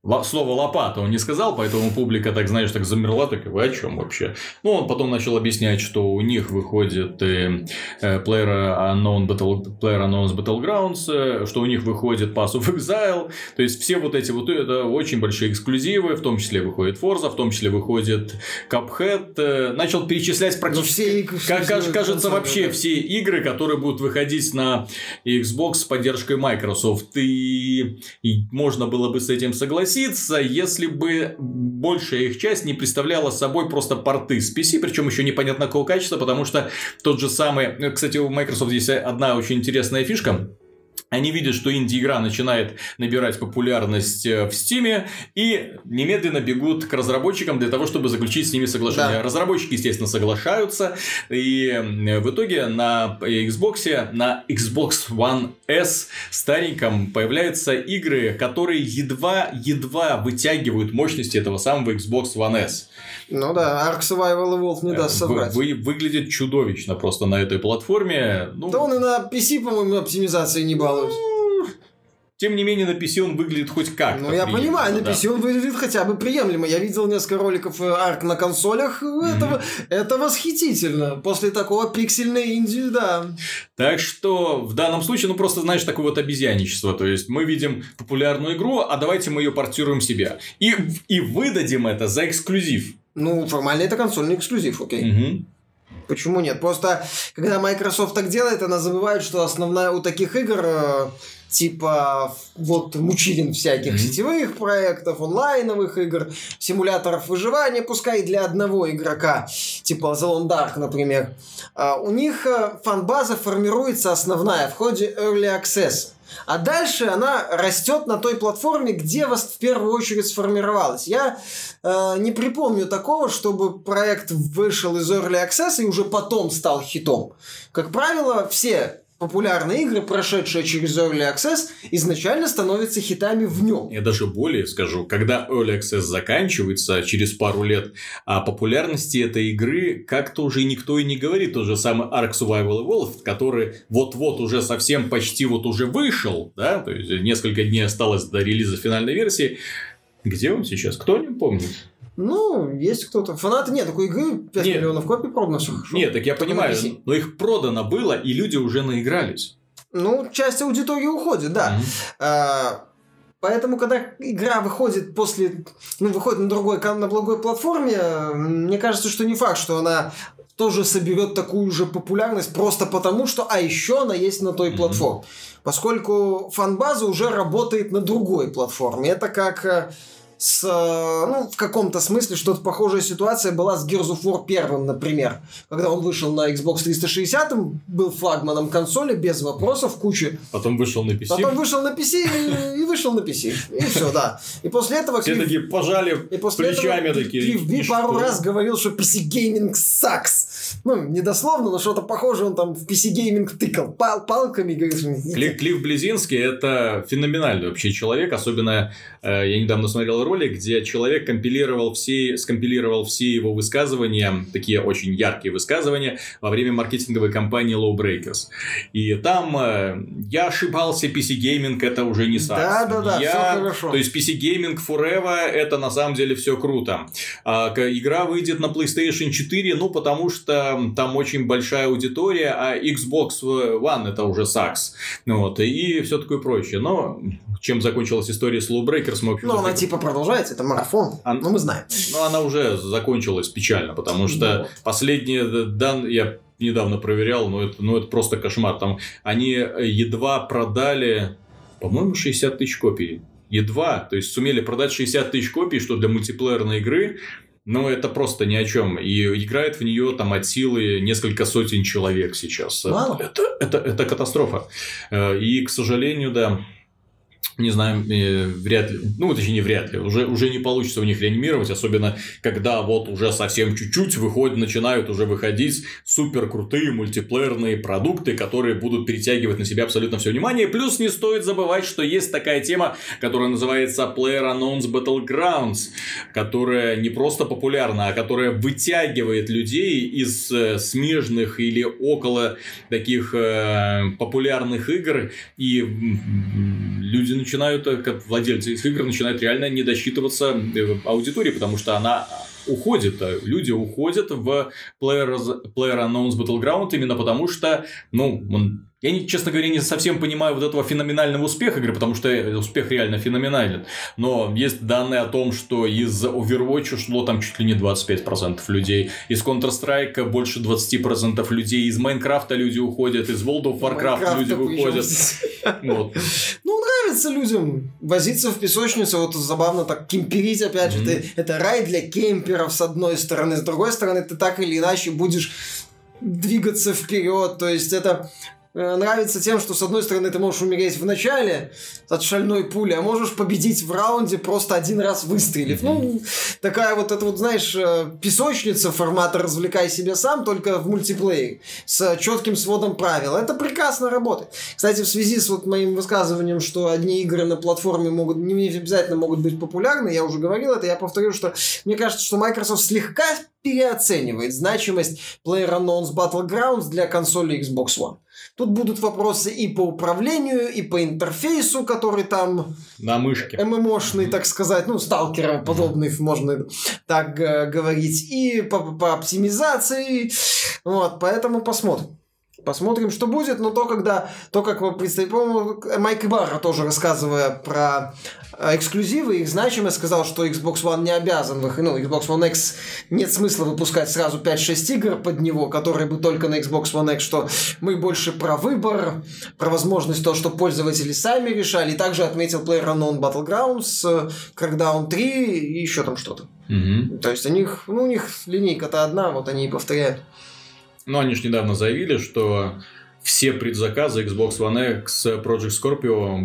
слово «лопата» он не сказал, поэтому публика, так знаешь, так замерла, так вы о чем вообще? Ну, он потом начал объяснять, что у них выходит PlayerUnknown's Battlegrounds, что у них выходит Path of Exile, то есть все вот эти вот это очень большие эксклюзивы, в том числе выходит Forza, в том числе выходит Cuphead, начал перечислять практически, кажется, вообще все игры, которые будут выходить на Xbox с поддержкой Microsoft, и можно было бы с этим согласиться, если бы большая их часть не представляла собой просто порты с PC, причем еще непонятно какого качества, потому что тот же самый... Кстати, у Microsoft здесь одна очень интересная фишка. Они видят, что инди-игра начинает набирать популярность в Steam и немедленно бегут к разработчикам для того, чтобы заключить с ними соглашение. Да. Разработчики, естественно, соглашаются. И в итоге на Xbox, на Xbox One S стареньком появляются игры, которые едва вытягивают мощности этого самого Xbox One S. Ну да, Ark Survival Evolved не даст соврать. Выглядит чудовищно просто на этой платформе. Да он и на PC, по-моему, оптимизации не балует. Тем не менее, на PC он выглядит хоть как-то. Ну, я понимаю, на PC он выглядит хотя бы приемлемо. Я видел несколько роликов Ark на консолях. Это восхитительно. После такого пиксельной инди, да. Так что, в данном случае, просто, знаешь, такое вот обезьянничество. То есть, мы видим популярную игру, а давайте мы ее портируем себе. И выдадим это за эксклюзив. Ну, формально это консольный эксклюзив, окей. Почему нет? Просто, когда Microsoft так делает, она забывает, что основная у таких игр... типа вот мучилин всяких сетевых проектов, онлайновых игр, симуляторов выживания, пускай для одного игрока, типа The Lone Dark, например. У них фан-база формируется основная в ходе Early Access. А дальше она растет на той платформе, где вас в первую очередь сформировалась. Я не припомню такого, чтобы проект вышел из Early Access и уже потом стал хитом. Как правило, все популярные игры, прошедшие через Early Access, изначально становятся хитами в нем. Я даже более скажу, когда Early Access заканчивается через пару лет, о популярности этой игры как-то уже никто и не говорит. Тот же самый Ark Survival Evolved, который вот-вот уже совсем почти вот уже вышел, да, то есть несколько дней осталось до релиза финальной версии. Где он сейчас? Кто о нем помнит? Ну, есть кто-то. Фанаты нет, такой игры 5 миллионов копий продано. Нет, так я понимаю, но их продано было, и люди уже наигрались. Ну, часть аудитории уходит, да. Поэтому, когда игра выходит выходит на другой платформе, мне кажется, что не факт, что она тоже соберет такую же популярность просто потому, что еще она есть на той платформе. Поскольку фан-база уже работает на другой платформе. Это как... в каком-то смысле что-то похожая ситуация была с Gears of War 1, например. Когда он вышел на Xbox 360, был флагманом консоли, без вопросов, куча. Потом вышел на PC. Потом вышел на PC и вышел на PC. И все, да. И после этого... Все такие пожали плечами такие. Клифф Би пару раз говорил, что PC-гейминг sucks. Не дословно, но что-то похоже он там в PC-гейминг тыкал палками. Клифф Близинский — это феноменальный вообще человек. Особенно, я недавно смотрел ролик, где человек скомпилировал все его высказывания, такие очень яркие высказывания, во время маркетинговой кампании Lawbreakers. И там я ошибался, PC-гейминг это уже не SaaS. Да, все хорошо. То есть PC-гейминг forever это на самом деле все круто. Игра выйдет на PlayStation 4, потому что там очень большая аудитория, а Xbox One это уже SaaS. И все такое прочее. Но чем закончилась история с Lawbreakers, мы, в общем-то... она типа продолжается, это марафон, мы знаем. Она уже закончилась печально, потому что последние данные, я недавно проверял, это просто кошмар. Там они едва продали, по-моему, 60 тысяч копий. Едва, то есть сумели продать 60 тысяч копий, что для мультиплеерной игры, это просто ни о чем. И играет в нее там от силы несколько сотен человек сейчас. Мало. Это катастрофа. И, к сожалению, да... Не знаю, вряд ли. Точнее, не вряд ли. Уже не получится у них реанимировать, особенно когда вот уже совсем чуть-чуть начинают уже выходить супер крутые мультиплеерные продукты, которые будут перетягивать на себя абсолютно все внимание. Плюс не стоит забывать, что есть такая тема, которая называется PlayerUnknown's Battlegrounds, которая не просто популярна, а которая вытягивает людей из смежных или около таких популярных игр и люди начинают, как владельцы игр, начинают реально не досчитываться аудитории, потому что она уходит. Люди уходят в PlayerUnknown's Battleground именно потому, что, я, честно говоря, не совсем понимаю вот этого феноменального успеха игры, потому что успех реально феноменален. Но есть данные о том, что из Overwatch ушло там чуть ли не 25% людей. Из Counter-Strike больше 20% людей. Из Майнкрафта люди уходят. Из World of Warcraft люди выходят. Нравится людям возиться в песочнице. Вот забавно так кемперить, опять же. Это рай для кемперов, с одной стороны. С другой стороны, ты так или иначе будешь двигаться вперед. То есть, это... нравится тем, что, с одной стороны, ты можешь умереть в начале от шальной пули, а можешь победить в раунде, просто один раз выстрелив. Такая вот, это вот, знаешь, песочница формата «развлекай себя сам», только в мультиплеере, с четким сводом правил. Это прекрасно работает. Кстати, в связи с вот моим высказыванием, что одни игры на платформе не обязательно могут быть популярны, я уже говорил это, я повторю, что мне кажется, что Microsoft слегка переоценивает значимость PlayerUnknown's Battlegrounds для консоли Xbox One. Тут будут вопросы и по управлению, и по интерфейсу, который там... на мышке. ММОшный, так сказать. Сталкером подобный, можно так говорить. И по оптимизации. Поэтому посмотрим. Посмотрим, что будет, но как вы представите, по-моему, Майк Ибарра тоже, рассказывая про эксклюзивы, их значимость, сказал, что Xbox One не обязан Xbox One X нет смысла выпускать сразу 5-6 игр под него, которые бы только на Xbox One X, что мы больше про выбор, про возможность того, что пользователи сами решали, и также отметил PlayerUnknown's Battlegrounds, Crackdown 3 и еще там что-то. То есть у них линейка-то одна, вот они и повторяют. Они же недавно заявили, что все предзаказы Xbox One X Project Scorpio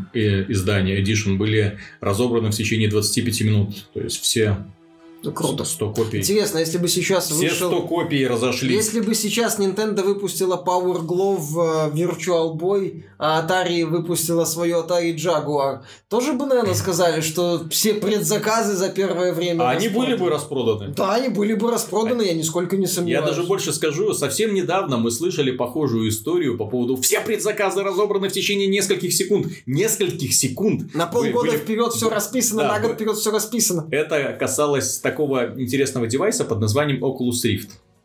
издания Edition были разобраны в течение 25 минут. То есть все... круто. 100 копий. Интересно, если бы сейчас все 100 копий разошлись. Если бы сейчас Nintendo выпустила Power Glove Virtual Boy, а Atari выпустила свое Atari Jaguar, тоже бы, наверное, сказали, что все предзаказы за первое время они были бы распроданы. Да, они были бы распроданы, я нисколько не сомневаюсь. Я даже больше скажу, совсем недавно мы слышали похожую историю по поводу все предзаказы разобраны в течение нескольких секунд. Нескольких секунд. На полгода вперед все расписано, на год вперед все расписано. Это касалось такого интересного девайса под названием Oculus Rift.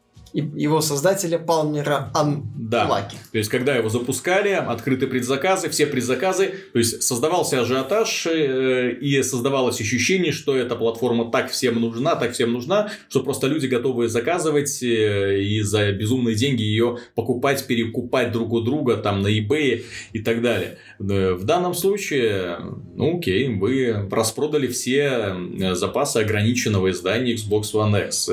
Его создателя Палмера Анлаки. Да. То есть, когда его запускали, открыты предзаказы, все предзаказы, то есть, создавался ажиотаж и создавалось ощущение, что эта платформа так всем нужна, что просто люди готовы заказывать и за безумные деньги ее покупать, перекупать друг у друга там на eBay и так далее. В данном случае, окей, вы распродали все запасы ограниченного издания Xbox One X.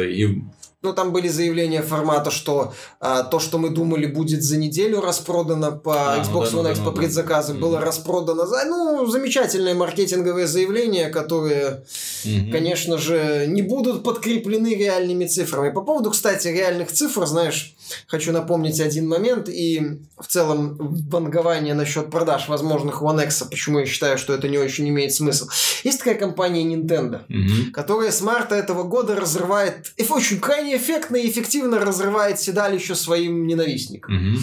Там были заявления формата, что то, что мы думали, будет за неделю распродано по Xbox One X по предзаказам, было распродано за... замечательные маркетинговые заявления, которые, конечно же, не будут подкреплены реальными цифрами. По поводу, кстати, реальных цифр, знаешь, хочу напомнить один момент, и в целом бангование насчет продаж возможных One X, почему я считаю, что это не очень имеет смысл. Есть такая компания Nintendo, которая с марта этого года разрывает, очень крайне эффектно и эффективно разрывает седалище своим ненавистникам.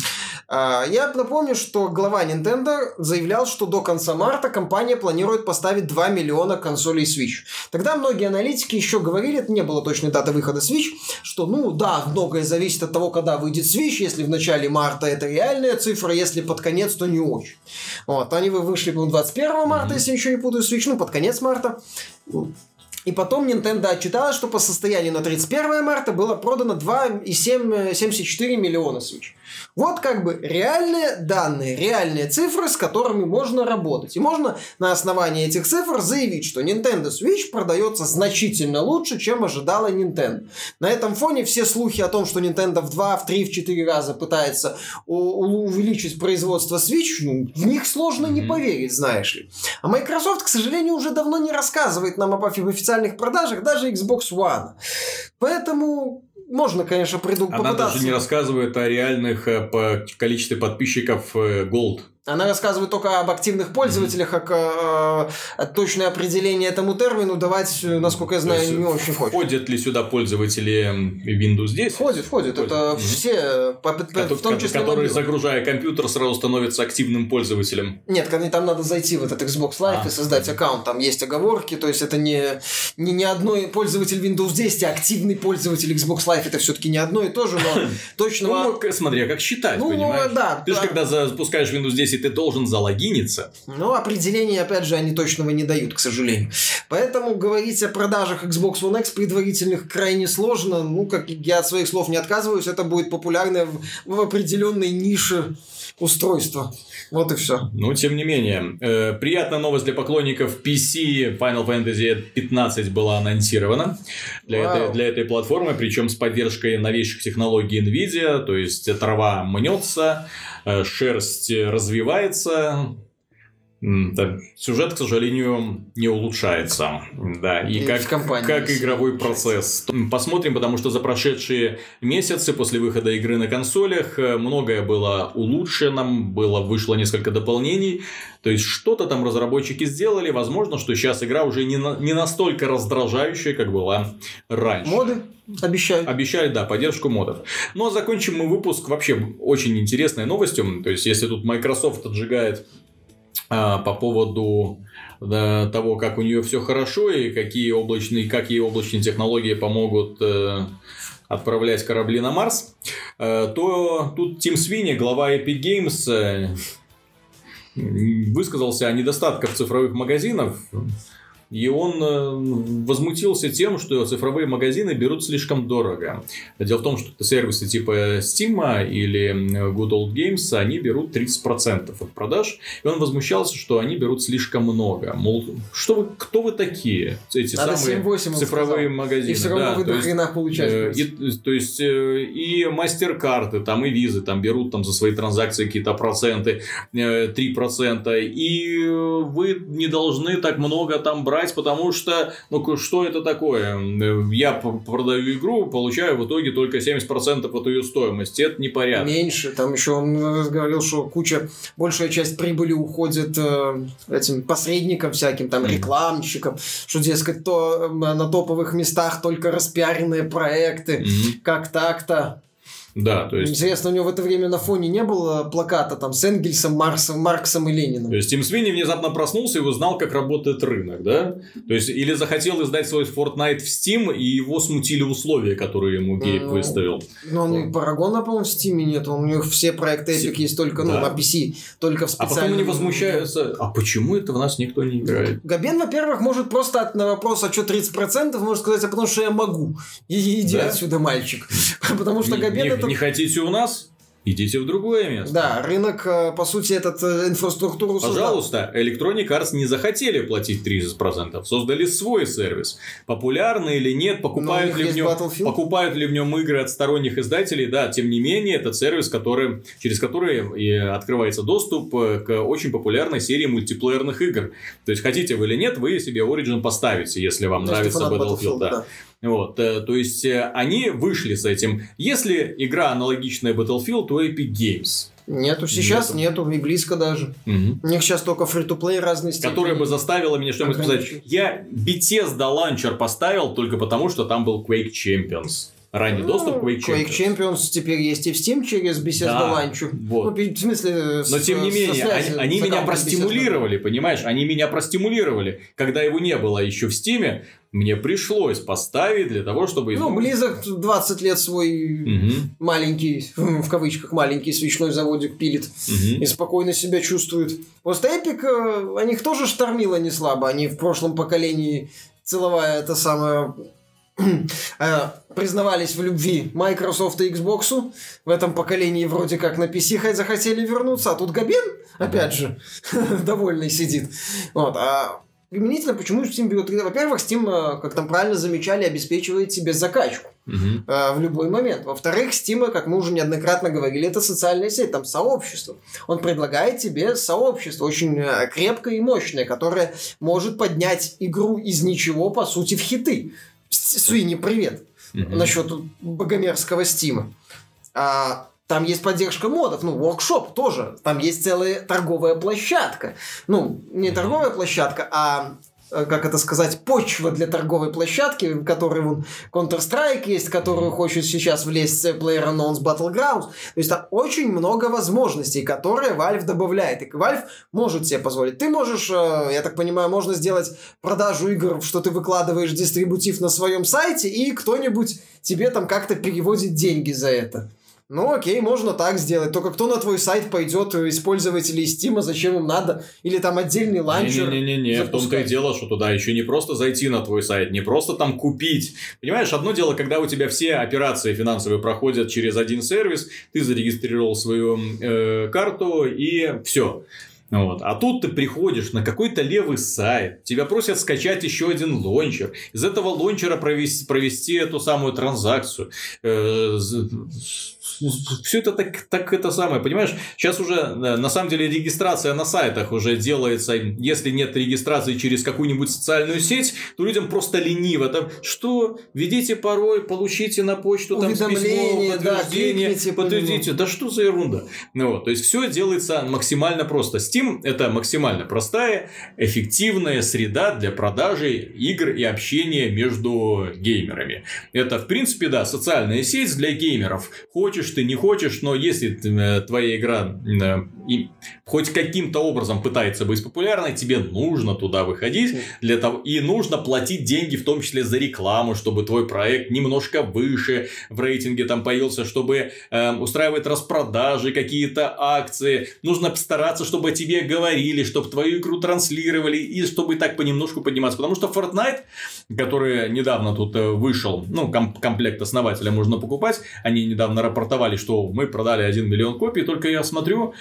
Я напомню, что глава Nintendo заявлял, что до конца марта компания планирует поставить 2 миллиона консолей Switch. Тогда многие аналитики еще говорили, это не было точной даты выхода Switch, что, многое зависит от того, когда выйдет Switch. Если в начале марта это реальная цифра, если под конец, то не очень. Они вышли, 21 марта, если ничего не путаю, Switch, под конец марта. И потом Nintendo отчиталась, что по состоянию на 31 марта было продано 2,74 миллиона Switch. Вот реальные данные, реальные цифры, с которыми можно работать. И можно на основании этих цифр заявить, что Nintendo Switch продается значительно лучше, чем ожидала Nintendo. На этом фоне все слухи о том, что Nintendo в 2, в 3, в 4 раза пытается увеличить производство Switch, в них сложно не поверить, знаешь ли. А Microsoft, к сожалению, уже давно не рассказывает нам об официальных продажах даже Xbox One. Поэтому... Можно, конечно, попытаться. Она даже не рассказывает о реальных количестве подписчиков Gold. Она рассказывает только об активных пользователях, точное определение этому термину давать, насколько я знаю, не очень хочет. Входят ли сюда пользователи Windows 10? Входят. Это все, в том числе которые, загружая компьютер, сразу становятся активным пользователем. Нет, там надо зайти в этот Xbox Live и создать аккаунт. Там есть оговорки, то есть это не одной пользователь Windows 10, а активный пользователь Xbox Live. Это все-таки не одно и то же, но точно... Смотри, как считать, понимаешь? Да. Ты же, когда запускаешь Windows 10, ты должен залогиниться. Но определения, опять же, они точного не дают, к сожалению. Поэтому говорить о продажах Xbox One X предварительных крайне сложно. Как я от своих слов не отказываюсь, это будет популярное в определенной нише устройство. Вот и все. Тем не менее, приятная новость для поклонников PC. Final Fantasy 15 была анонсирована для этой платформы, причем с поддержкой новейших технологий NVIDIA, то есть трава мнется, шерсть развивается. Сюжет, к сожалению, не улучшается. Да, и как игровой процесс. Посмотрим, потому что за прошедшие месяцы после выхода игры на консолях многое было улучшено, вышло несколько дополнений. То есть что-то там разработчики сделали. Возможно, что сейчас игра уже не настолько раздражающая, как была раньше. Моды обещают. Обещали, да, поддержку модов. Но закончим мы выпуск вообще очень интересной новостью. То есть, если тут Microsoft отжигает по поводу того, как у нее все хорошо и как ей облачные технологии помогут отправлять корабли на Марс, то тут Тим Свини, глава Epic Games, высказался о недостатках цифровых магазинов. И он возмутился тем, что цифровые магазины берут слишком дорого. Дело в том, что сервисы типа Steam или Good Old Games, они берут 30% от продаж. И он возмущался, что они берут слишком много. Мол, кто вы такие? Эти надо самые 7-8, цифровые магазины. И все равно вы до хрена получаете. То есть, и MasterCard, там, и Visa там, берут там, за свои транзакции какие-то проценты, 3%. И вы не должны так много там брать, потому что, что это такое? Я продаю игру, получаю в итоге только 70% от ее стоимости. Это непорядок. Меньше. Там еще он говорил, что большая часть прибыли уходит этим посредникам всяким, там, рекламщикам, что, дескать, на топовых местах только распиаренные проекты. Как так-то? Да, то есть... Интересно, у него в это время на фоне не было плаката там с Энгельсом, Марксом и Лениным? То есть Тим Свини внезапно проснулся и узнал, как работает рынок, да? То есть, или захотел издать свой Fortnite в Steam, и его смутили условия, которые ему Гейб выставил. Ну, он и Парагона, по-моему, в Steam нет. У него все проекты Epic есть только на PC, только в специальном... А потом они возмущаются, а почему это в нас никто не играет? Габен, во-первых, может просто на вопрос, а что 30%, может сказать, а потому что я могу. И иди отсюда, мальчик. Потому что Габен... Не хотите у нас? Идите в другое место. Да, рынок, по сути, инфраструктуру создал. Пожалуйста, Electronic Arts не захотели платить 30%. Создали свой сервис. Популярный или нет, покупают ли в нем игры от сторонних издателей. Да, тем не менее, это сервис, через который и открывается доступ к очень популярной серии мультиплеерных игр. То есть, хотите вы или нет, вы себе Origin поставите, если вам нравится Battlefield. Да. Вот, то есть, они вышли с этим. Если игра аналогичная Battlefield, то Epic Games. Нету, сейчас нету, и близко даже. У них сейчас только фри-то-плей разные степени. Которая бы заставила меня что-нибудь сказать. Я Bethesda Launcher поставил только потому, что там был Quake Champions. Ранний доступ к Quake Champions. Quake Champions теперь есть и в Steam через Bethesda Launcher. Вот. В смысле, но тем не менее, они меня простимулировали, понимаешь? Они меня простимулировали. Когда его не было еще в Steam, мне пришлось поставить для того, чтобы... Blizzard 20 лет свой маленький, в кавычках, маленький свечной заводик пилит и спокойно себя чувствует. Просто Epic, о них тоже штормило не слабо. Они в прошлом поколении целовая это самое... признавались в любви Microsoft и Xbox. В этом поколении вроде как на PC захотели вернуться, а тут Габен, опять же, довольный сидит. Вот. А применительно, почему Steam берет? Во-первых, Steam, как там правильно замечали, обеспечивает тебе закачку в любой момент. Во-вторых, Steam, как мы уже неоднократно говорили, это социальная сеть, там сообщество. Он предлагает тебе сообщество очень крепкое и мощное, которое может поднять игру из ничего, по сути, в хиты. Суини, привет. Насчет богомерзкого Стима. Там есть поддержка модов, воркшоп тоже. Там есть целая торговая площадка. Не торговая площадка, а, как это сказать, почва для торговой площадки, в которой Counter-Strike есть, в которую хочет сейчас влезть PlayerUnknown's Battlegrounds. То есть там очень много возможностей, которые Valve добавляет. И Valve может себе позволить. Ты можешь, я так понимаю, можно сделать продажу игр, что ты выкладываешь дистрибутив на своем сайте, и кто-нибудь тебе там как-то переводит деньги за это. Окей, можно так сделать. Только кто на твой сайт пойдет, использователи Steam, зачем им надо? Или там отдельный ланчер? Не-не-не, в том-то и дело, что туда еще не просто зайти на твой сайт, не просто там купить. Понимаешь, одно дело, когда у тебя все операции финансовые проходят через один сервис, ты зарегистрировал свою карту и все. А тут ты приходишь на какой-то левый сайт, тебя просят скачать еще один лончер, из этого лончера провести эту самую транзакцию. Все это так это самое, понимаешь? Сейчас уже, на самом деле, регистрация на сайтах уже делается, если нет регистрации через какую-нибудь социальную сеть, то людям просто лениво. Там, что? Введите пароль, получите на почту там письмо, подтверждение, подтвердите. Да что за ерунда? То есть, все делается максимально просто. Steam — это максимально простая, эффективная среда для продажи игр и общения между геймерами. Это, в принципе, да, социальная сеть для геймеров. Хочешь ты, не хочешь, но если твоя игра хоть каким-то образом пытается быть популярной, тебе нужно туда выходить для того, и нужно платить деньги, в том числе за рекламу, чтобы твой проект немножко выше в рейтинге там появился, чтобы устраивать распродажи, какие-то акции. Нужно постараться, чтобы о тебе говорили, чтобы твою игру транслировали, и чтобы так понемножку подниматься. Потому что Fortnite, который недавно тут вышел, комплект основателя можно покупать, они недавно рапортовали, что мы продали 1 миллион копий, только я смотрю,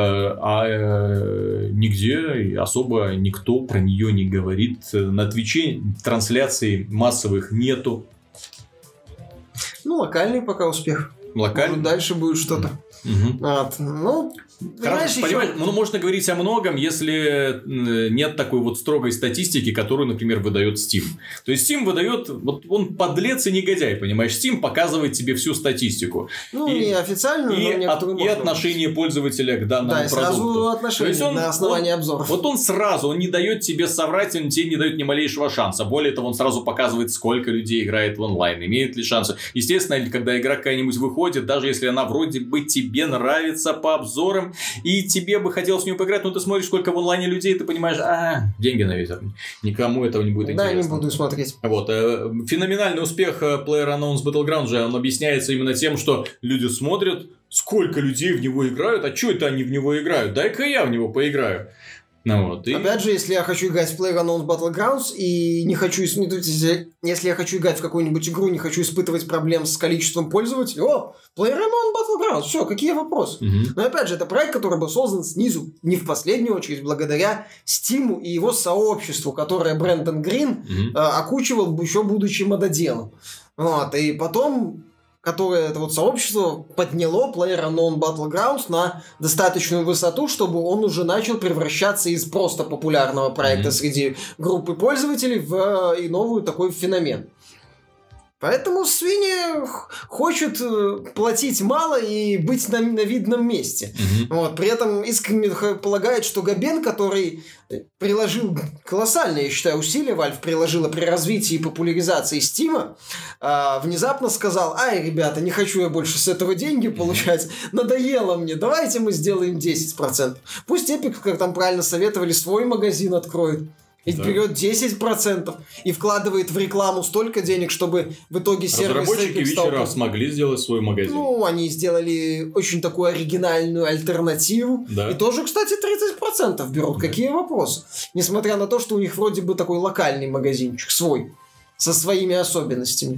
нигде особо никто про нее не говорит. На Твиче трансляций массовых нету. Локальный пока успех. Локальный? Может, дальше будет что-то. Понимаешь, можно говорить о многом, если нет такой вот строгой статистики, которую, например, выдает Steam. То есть Steam выдает, он подлец и негодяй, понимаешь? Steam показывает тебе всю статистику. Не официально, и отношение пользователя к данному продукту. Да, и сразу отношение на основании обзоров. Он не дает тебе соврать, он тебе не дает ни малейшего шанса. Более того, он сразу показывает, сколько людей играет в онлайн, имеет ли шансы. Естественно, когда игра какая-нибудь выходит, даже если она вроде бы тебе нравится по обзорам, и тебе бы хотелось в нее поиграть, но ты смотришь, сколько в онлайне людей, ты понимаешь, деньги на ветер. Никому этого не будет интересно. Да, не буду смотреть. Феноменальный успех PlayerUnknown's Battlegrounds же, он объясняется именно тем, что люди смотрят, сколько людей в него играют, а что это они в него играют? Дай-ка я в него поиграю. Опять же, если я хочу играть в PlayerUnknown's Battlegrounds и не хочу, если я хочу играть в какую-нибудь игру, не хочу испытывать проблем с количеством пользователей, PlayerUnknown's Battlegrounds, все, какие вопросы? Но опять же, это проект, который был создан снизу, не в последнюю очередь, благодаря Steam и его сообществу, которое Брэндон Грин окучивал, еще будучи мододелом. И потом, которое это сообщество подняло PlayerUnknown's Battlegrounds на достаточную высоту, чтобы он уже начал превращаться из просто популярного проекта среди группы пользователей в новый такой феномен. Поэтому свиньи хочет платить мало и быть на видном месте. При этом искренне полагает, что Габен, который приложил колоссальные, я считаю, усилия, Valve приложила при развитии и популяризации Steam, внезапно сказал: ребята, не хочу я больше с этого деньги получать, надоело мне, давайте мы сделаем 10%. Пусть Epic, как там правильно советовали, свой магазин откроет. И берет 10% и вкладывает в рекламу столько денег, чтобы в итоге сервис... Разработчики вечера смогли сделать свой магазин. Они сделали очень такую оригинальную альтернативу. Да. И тоже, кстати, 30% берут. Да. Какие вопросы? Несмотря на то, что у них вроде бы такой локальный магазинчик свой, со своими особенностями.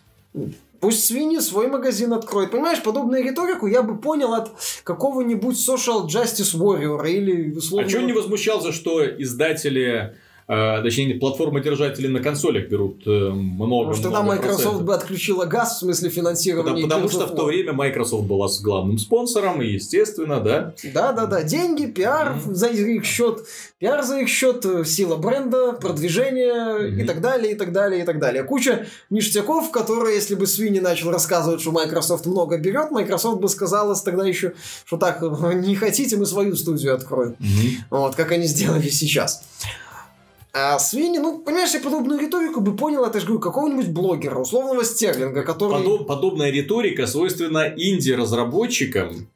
Пусть свиньи свой магазин откроют. Понимаешь, подобную риторику я бы понял от какого-нибудь Social Justice Warrior или условно... А что он не возмущался, что издатели точнее, платформодержатели на консолях берут много. Может, тогда Microsoft бы отключила газ в смысле финансирования. Потому что в то время Microsoft была с главным спонсором, и естественно, да. Да. Деньги, пиар за их счет, сила бренда, продвижение и так далее, и так далее, и так далее. Куча ништяков, которые, если бы Свини начал рассказывать, что Microsoft много берет, Microsoft бы сказала тогда еще, что так, не хотите, мы свою студию откроем. Вот, как они сделали сейчас. А Свини, понимаешь, я подобную риторику бы понял, это же говорю, какого-нибудь блогера, условного Стерлинга, который... Подобная риторика свойственна инди-разработчикам,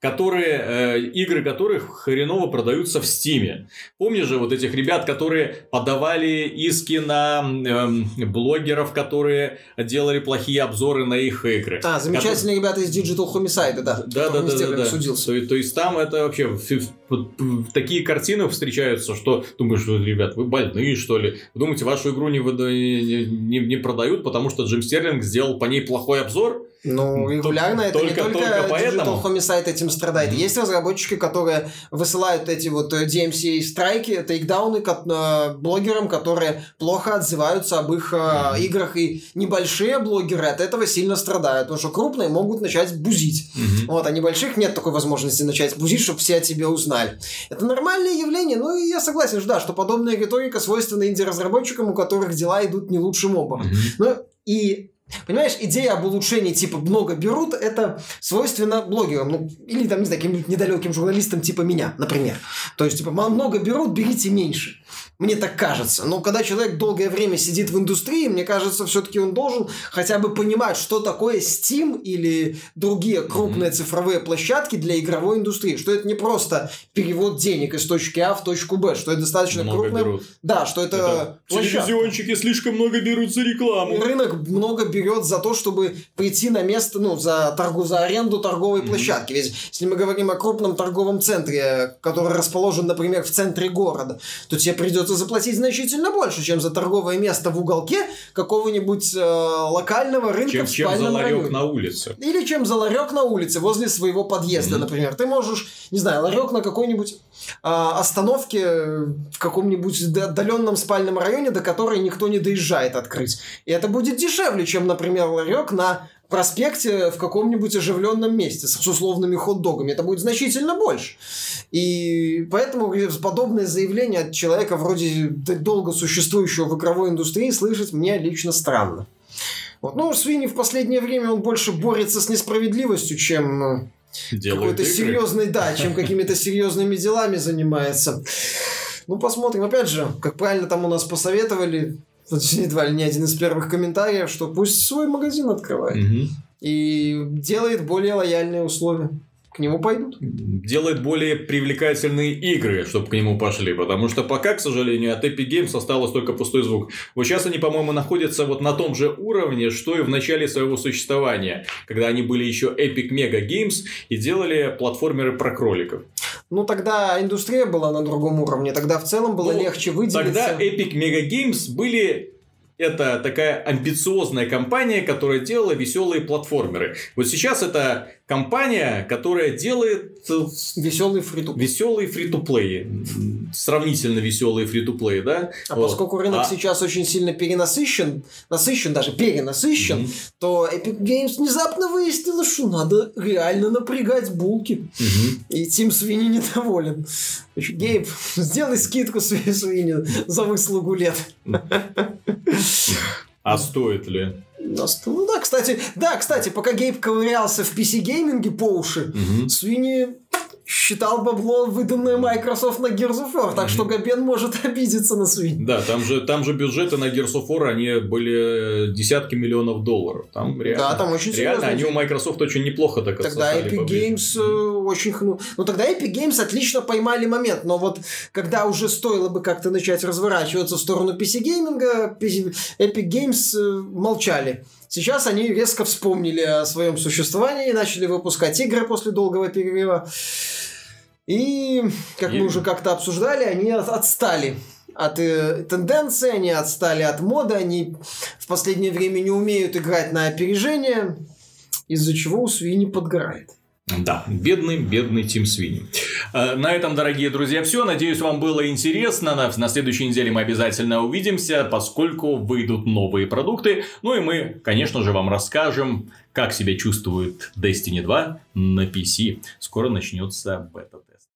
игры которых хреново продаются в Стиме. Помнишь же вот этих ребят, которые подавали иски на блогеров, которые делали плохие обзоры на их игры? Замечательные ребята из Digital Homicide, да. Да. Судился. То есть там это вообще такие картины встречаются, что думаешь, ребят, вы больные, что ли? Вы думаете, вашу игру не продают, потому что Джим Стерлинг сделал по ней плохой обзор? Регулярно это не только Digital Homicide этим страдает. Есть разработчики, которые высылают эти вот DMCA-страйки, тейкдауны блогерам, которые плохо отзываются об их играх. И небольшие блогеры от этого сильно страдают, потому что крупные могут начать бузить. Вот, а небольших нет такой возможности начать бузить, чтобы все о тебе узнали. Это нормальное явление, и я согласен, что подобная риторика свойственна инди-разработчикам, у которых дела идут не лучшим образом. Понимаешь, идея об улучшении типа много берут, это свойственно блогерам, или там, не знаю, каким-нибудь недалеким журналистам типа меня, например. То есть, много берут, берите меньше. Мне так кажется. Но когда человек долгое время сидит в индустрии, мне кажется, все-таки он должен хотя бы понимать, что такое Steam или другие крупные цифровые площадки для игровой индустрии. Что это не просто перевод денег из точки А в точку Б, что это достаточно крупно. Да, что это телевизионщики слишком много берут за рекламу. И рынок много берет за то, чтобы прийти на место, за аренду торговой площадки. Ведь если мы говорим о крупном торговом центре, который расположен, например, в центре города, то тебе придется заплатить значительно больше, чем за торговое место в уголке какого-нибудь локального рынка в спальном районе. Чем за ларек на улице. Или чем за ларек на улице возле своего подъезда, например. Ты можешь, не знаю, ларек на какой-нибудь остановке в каком-нибудь отдаленном спальном районе, до которой никто не доезжает, открыть. И это будет дешевле, чем, например, ларек на проспекте в каком-нибудь оживленном месте с условными хот-догами. Это будет значительно больше. И поэтому подобное заявление от человека вроде долго существующего в игровой индустрии слышать мне лично странно. Свини в последнее время он больше борется с несправедливостью, чем какой-то серьезной, чем какими-то серьезными делами занимается. Посмотрим. Опять же, как правильно там у нас посоветовали, едва ли не один из первых комментариев, что пусть свой магазин открывает. И делает более лояльные условия. К нему пойдут. Делает более привлекательные игры, чтобы к нему пошли. Потому что пока, к сожалению, от Epic Games осталось только пустой звук. Вот сейчас они, по-моему, находятся на том же уровне, что и в начале своего существования. Когда они были еще Epic Mega Games и делали платформеры про кроликов. Тогда индустрия была на другом уровне. Тогда в целом было легче выделиться. Тогда Epic Mega Games были... Это такая амбициозная компания, которая делала веселые платформеры. Вот сейчас это компания, которая делает... Веселый фри-то-плей. Веселые фри-то-плей. Сравнительно веселые фри-то-плей, да? Поскольку рынок сейчас очень сильно перенасыщен, то Epic Games внезапно выяснила, что надо реально напрягать булки. И Тим Свини недоволен. Гейб, сделай скидку Свини за выслугу лет. А стоит ли? Кстати, пока Гейб ковырялся в PC-гейминге по уши, Свини считал бабло, выданное Microsoft на Gears of War, так что Габен может обидеться на Свини. Да, там же бюджеты на Gears of War, они были десятки миллионов долларов. Там реально, там очень серьезно. Они у Microsoft очень неплохо так отсосали. Тогда Epic Games очень... тогда Epic Games отлично поймали момент, но когда уже стоило бы как-то начать разворачиваться в сторону PC-гейминга, Epic Games молчали. Сейчас они резко вспомнили о своем существовании и начали выпускать игры после долгого перерыва. И, как мы уже как-то обсуждали, они отстали от тенденции, они отстали от моды, они в последнее время не умеют играть на опережение, из-за чего у Свини подгорает. Да, бедный Тим Свини. На этом, дорогие друзья, все. Надеюсь, вам было интересно. На следующей неделе мы обязательно увидимся, поскольку выйдут новые продукты. Ну и мы, конечно же, вам расскажем, как себя чувствует Destiny 2 на PC. Скоро начнется бета-тест.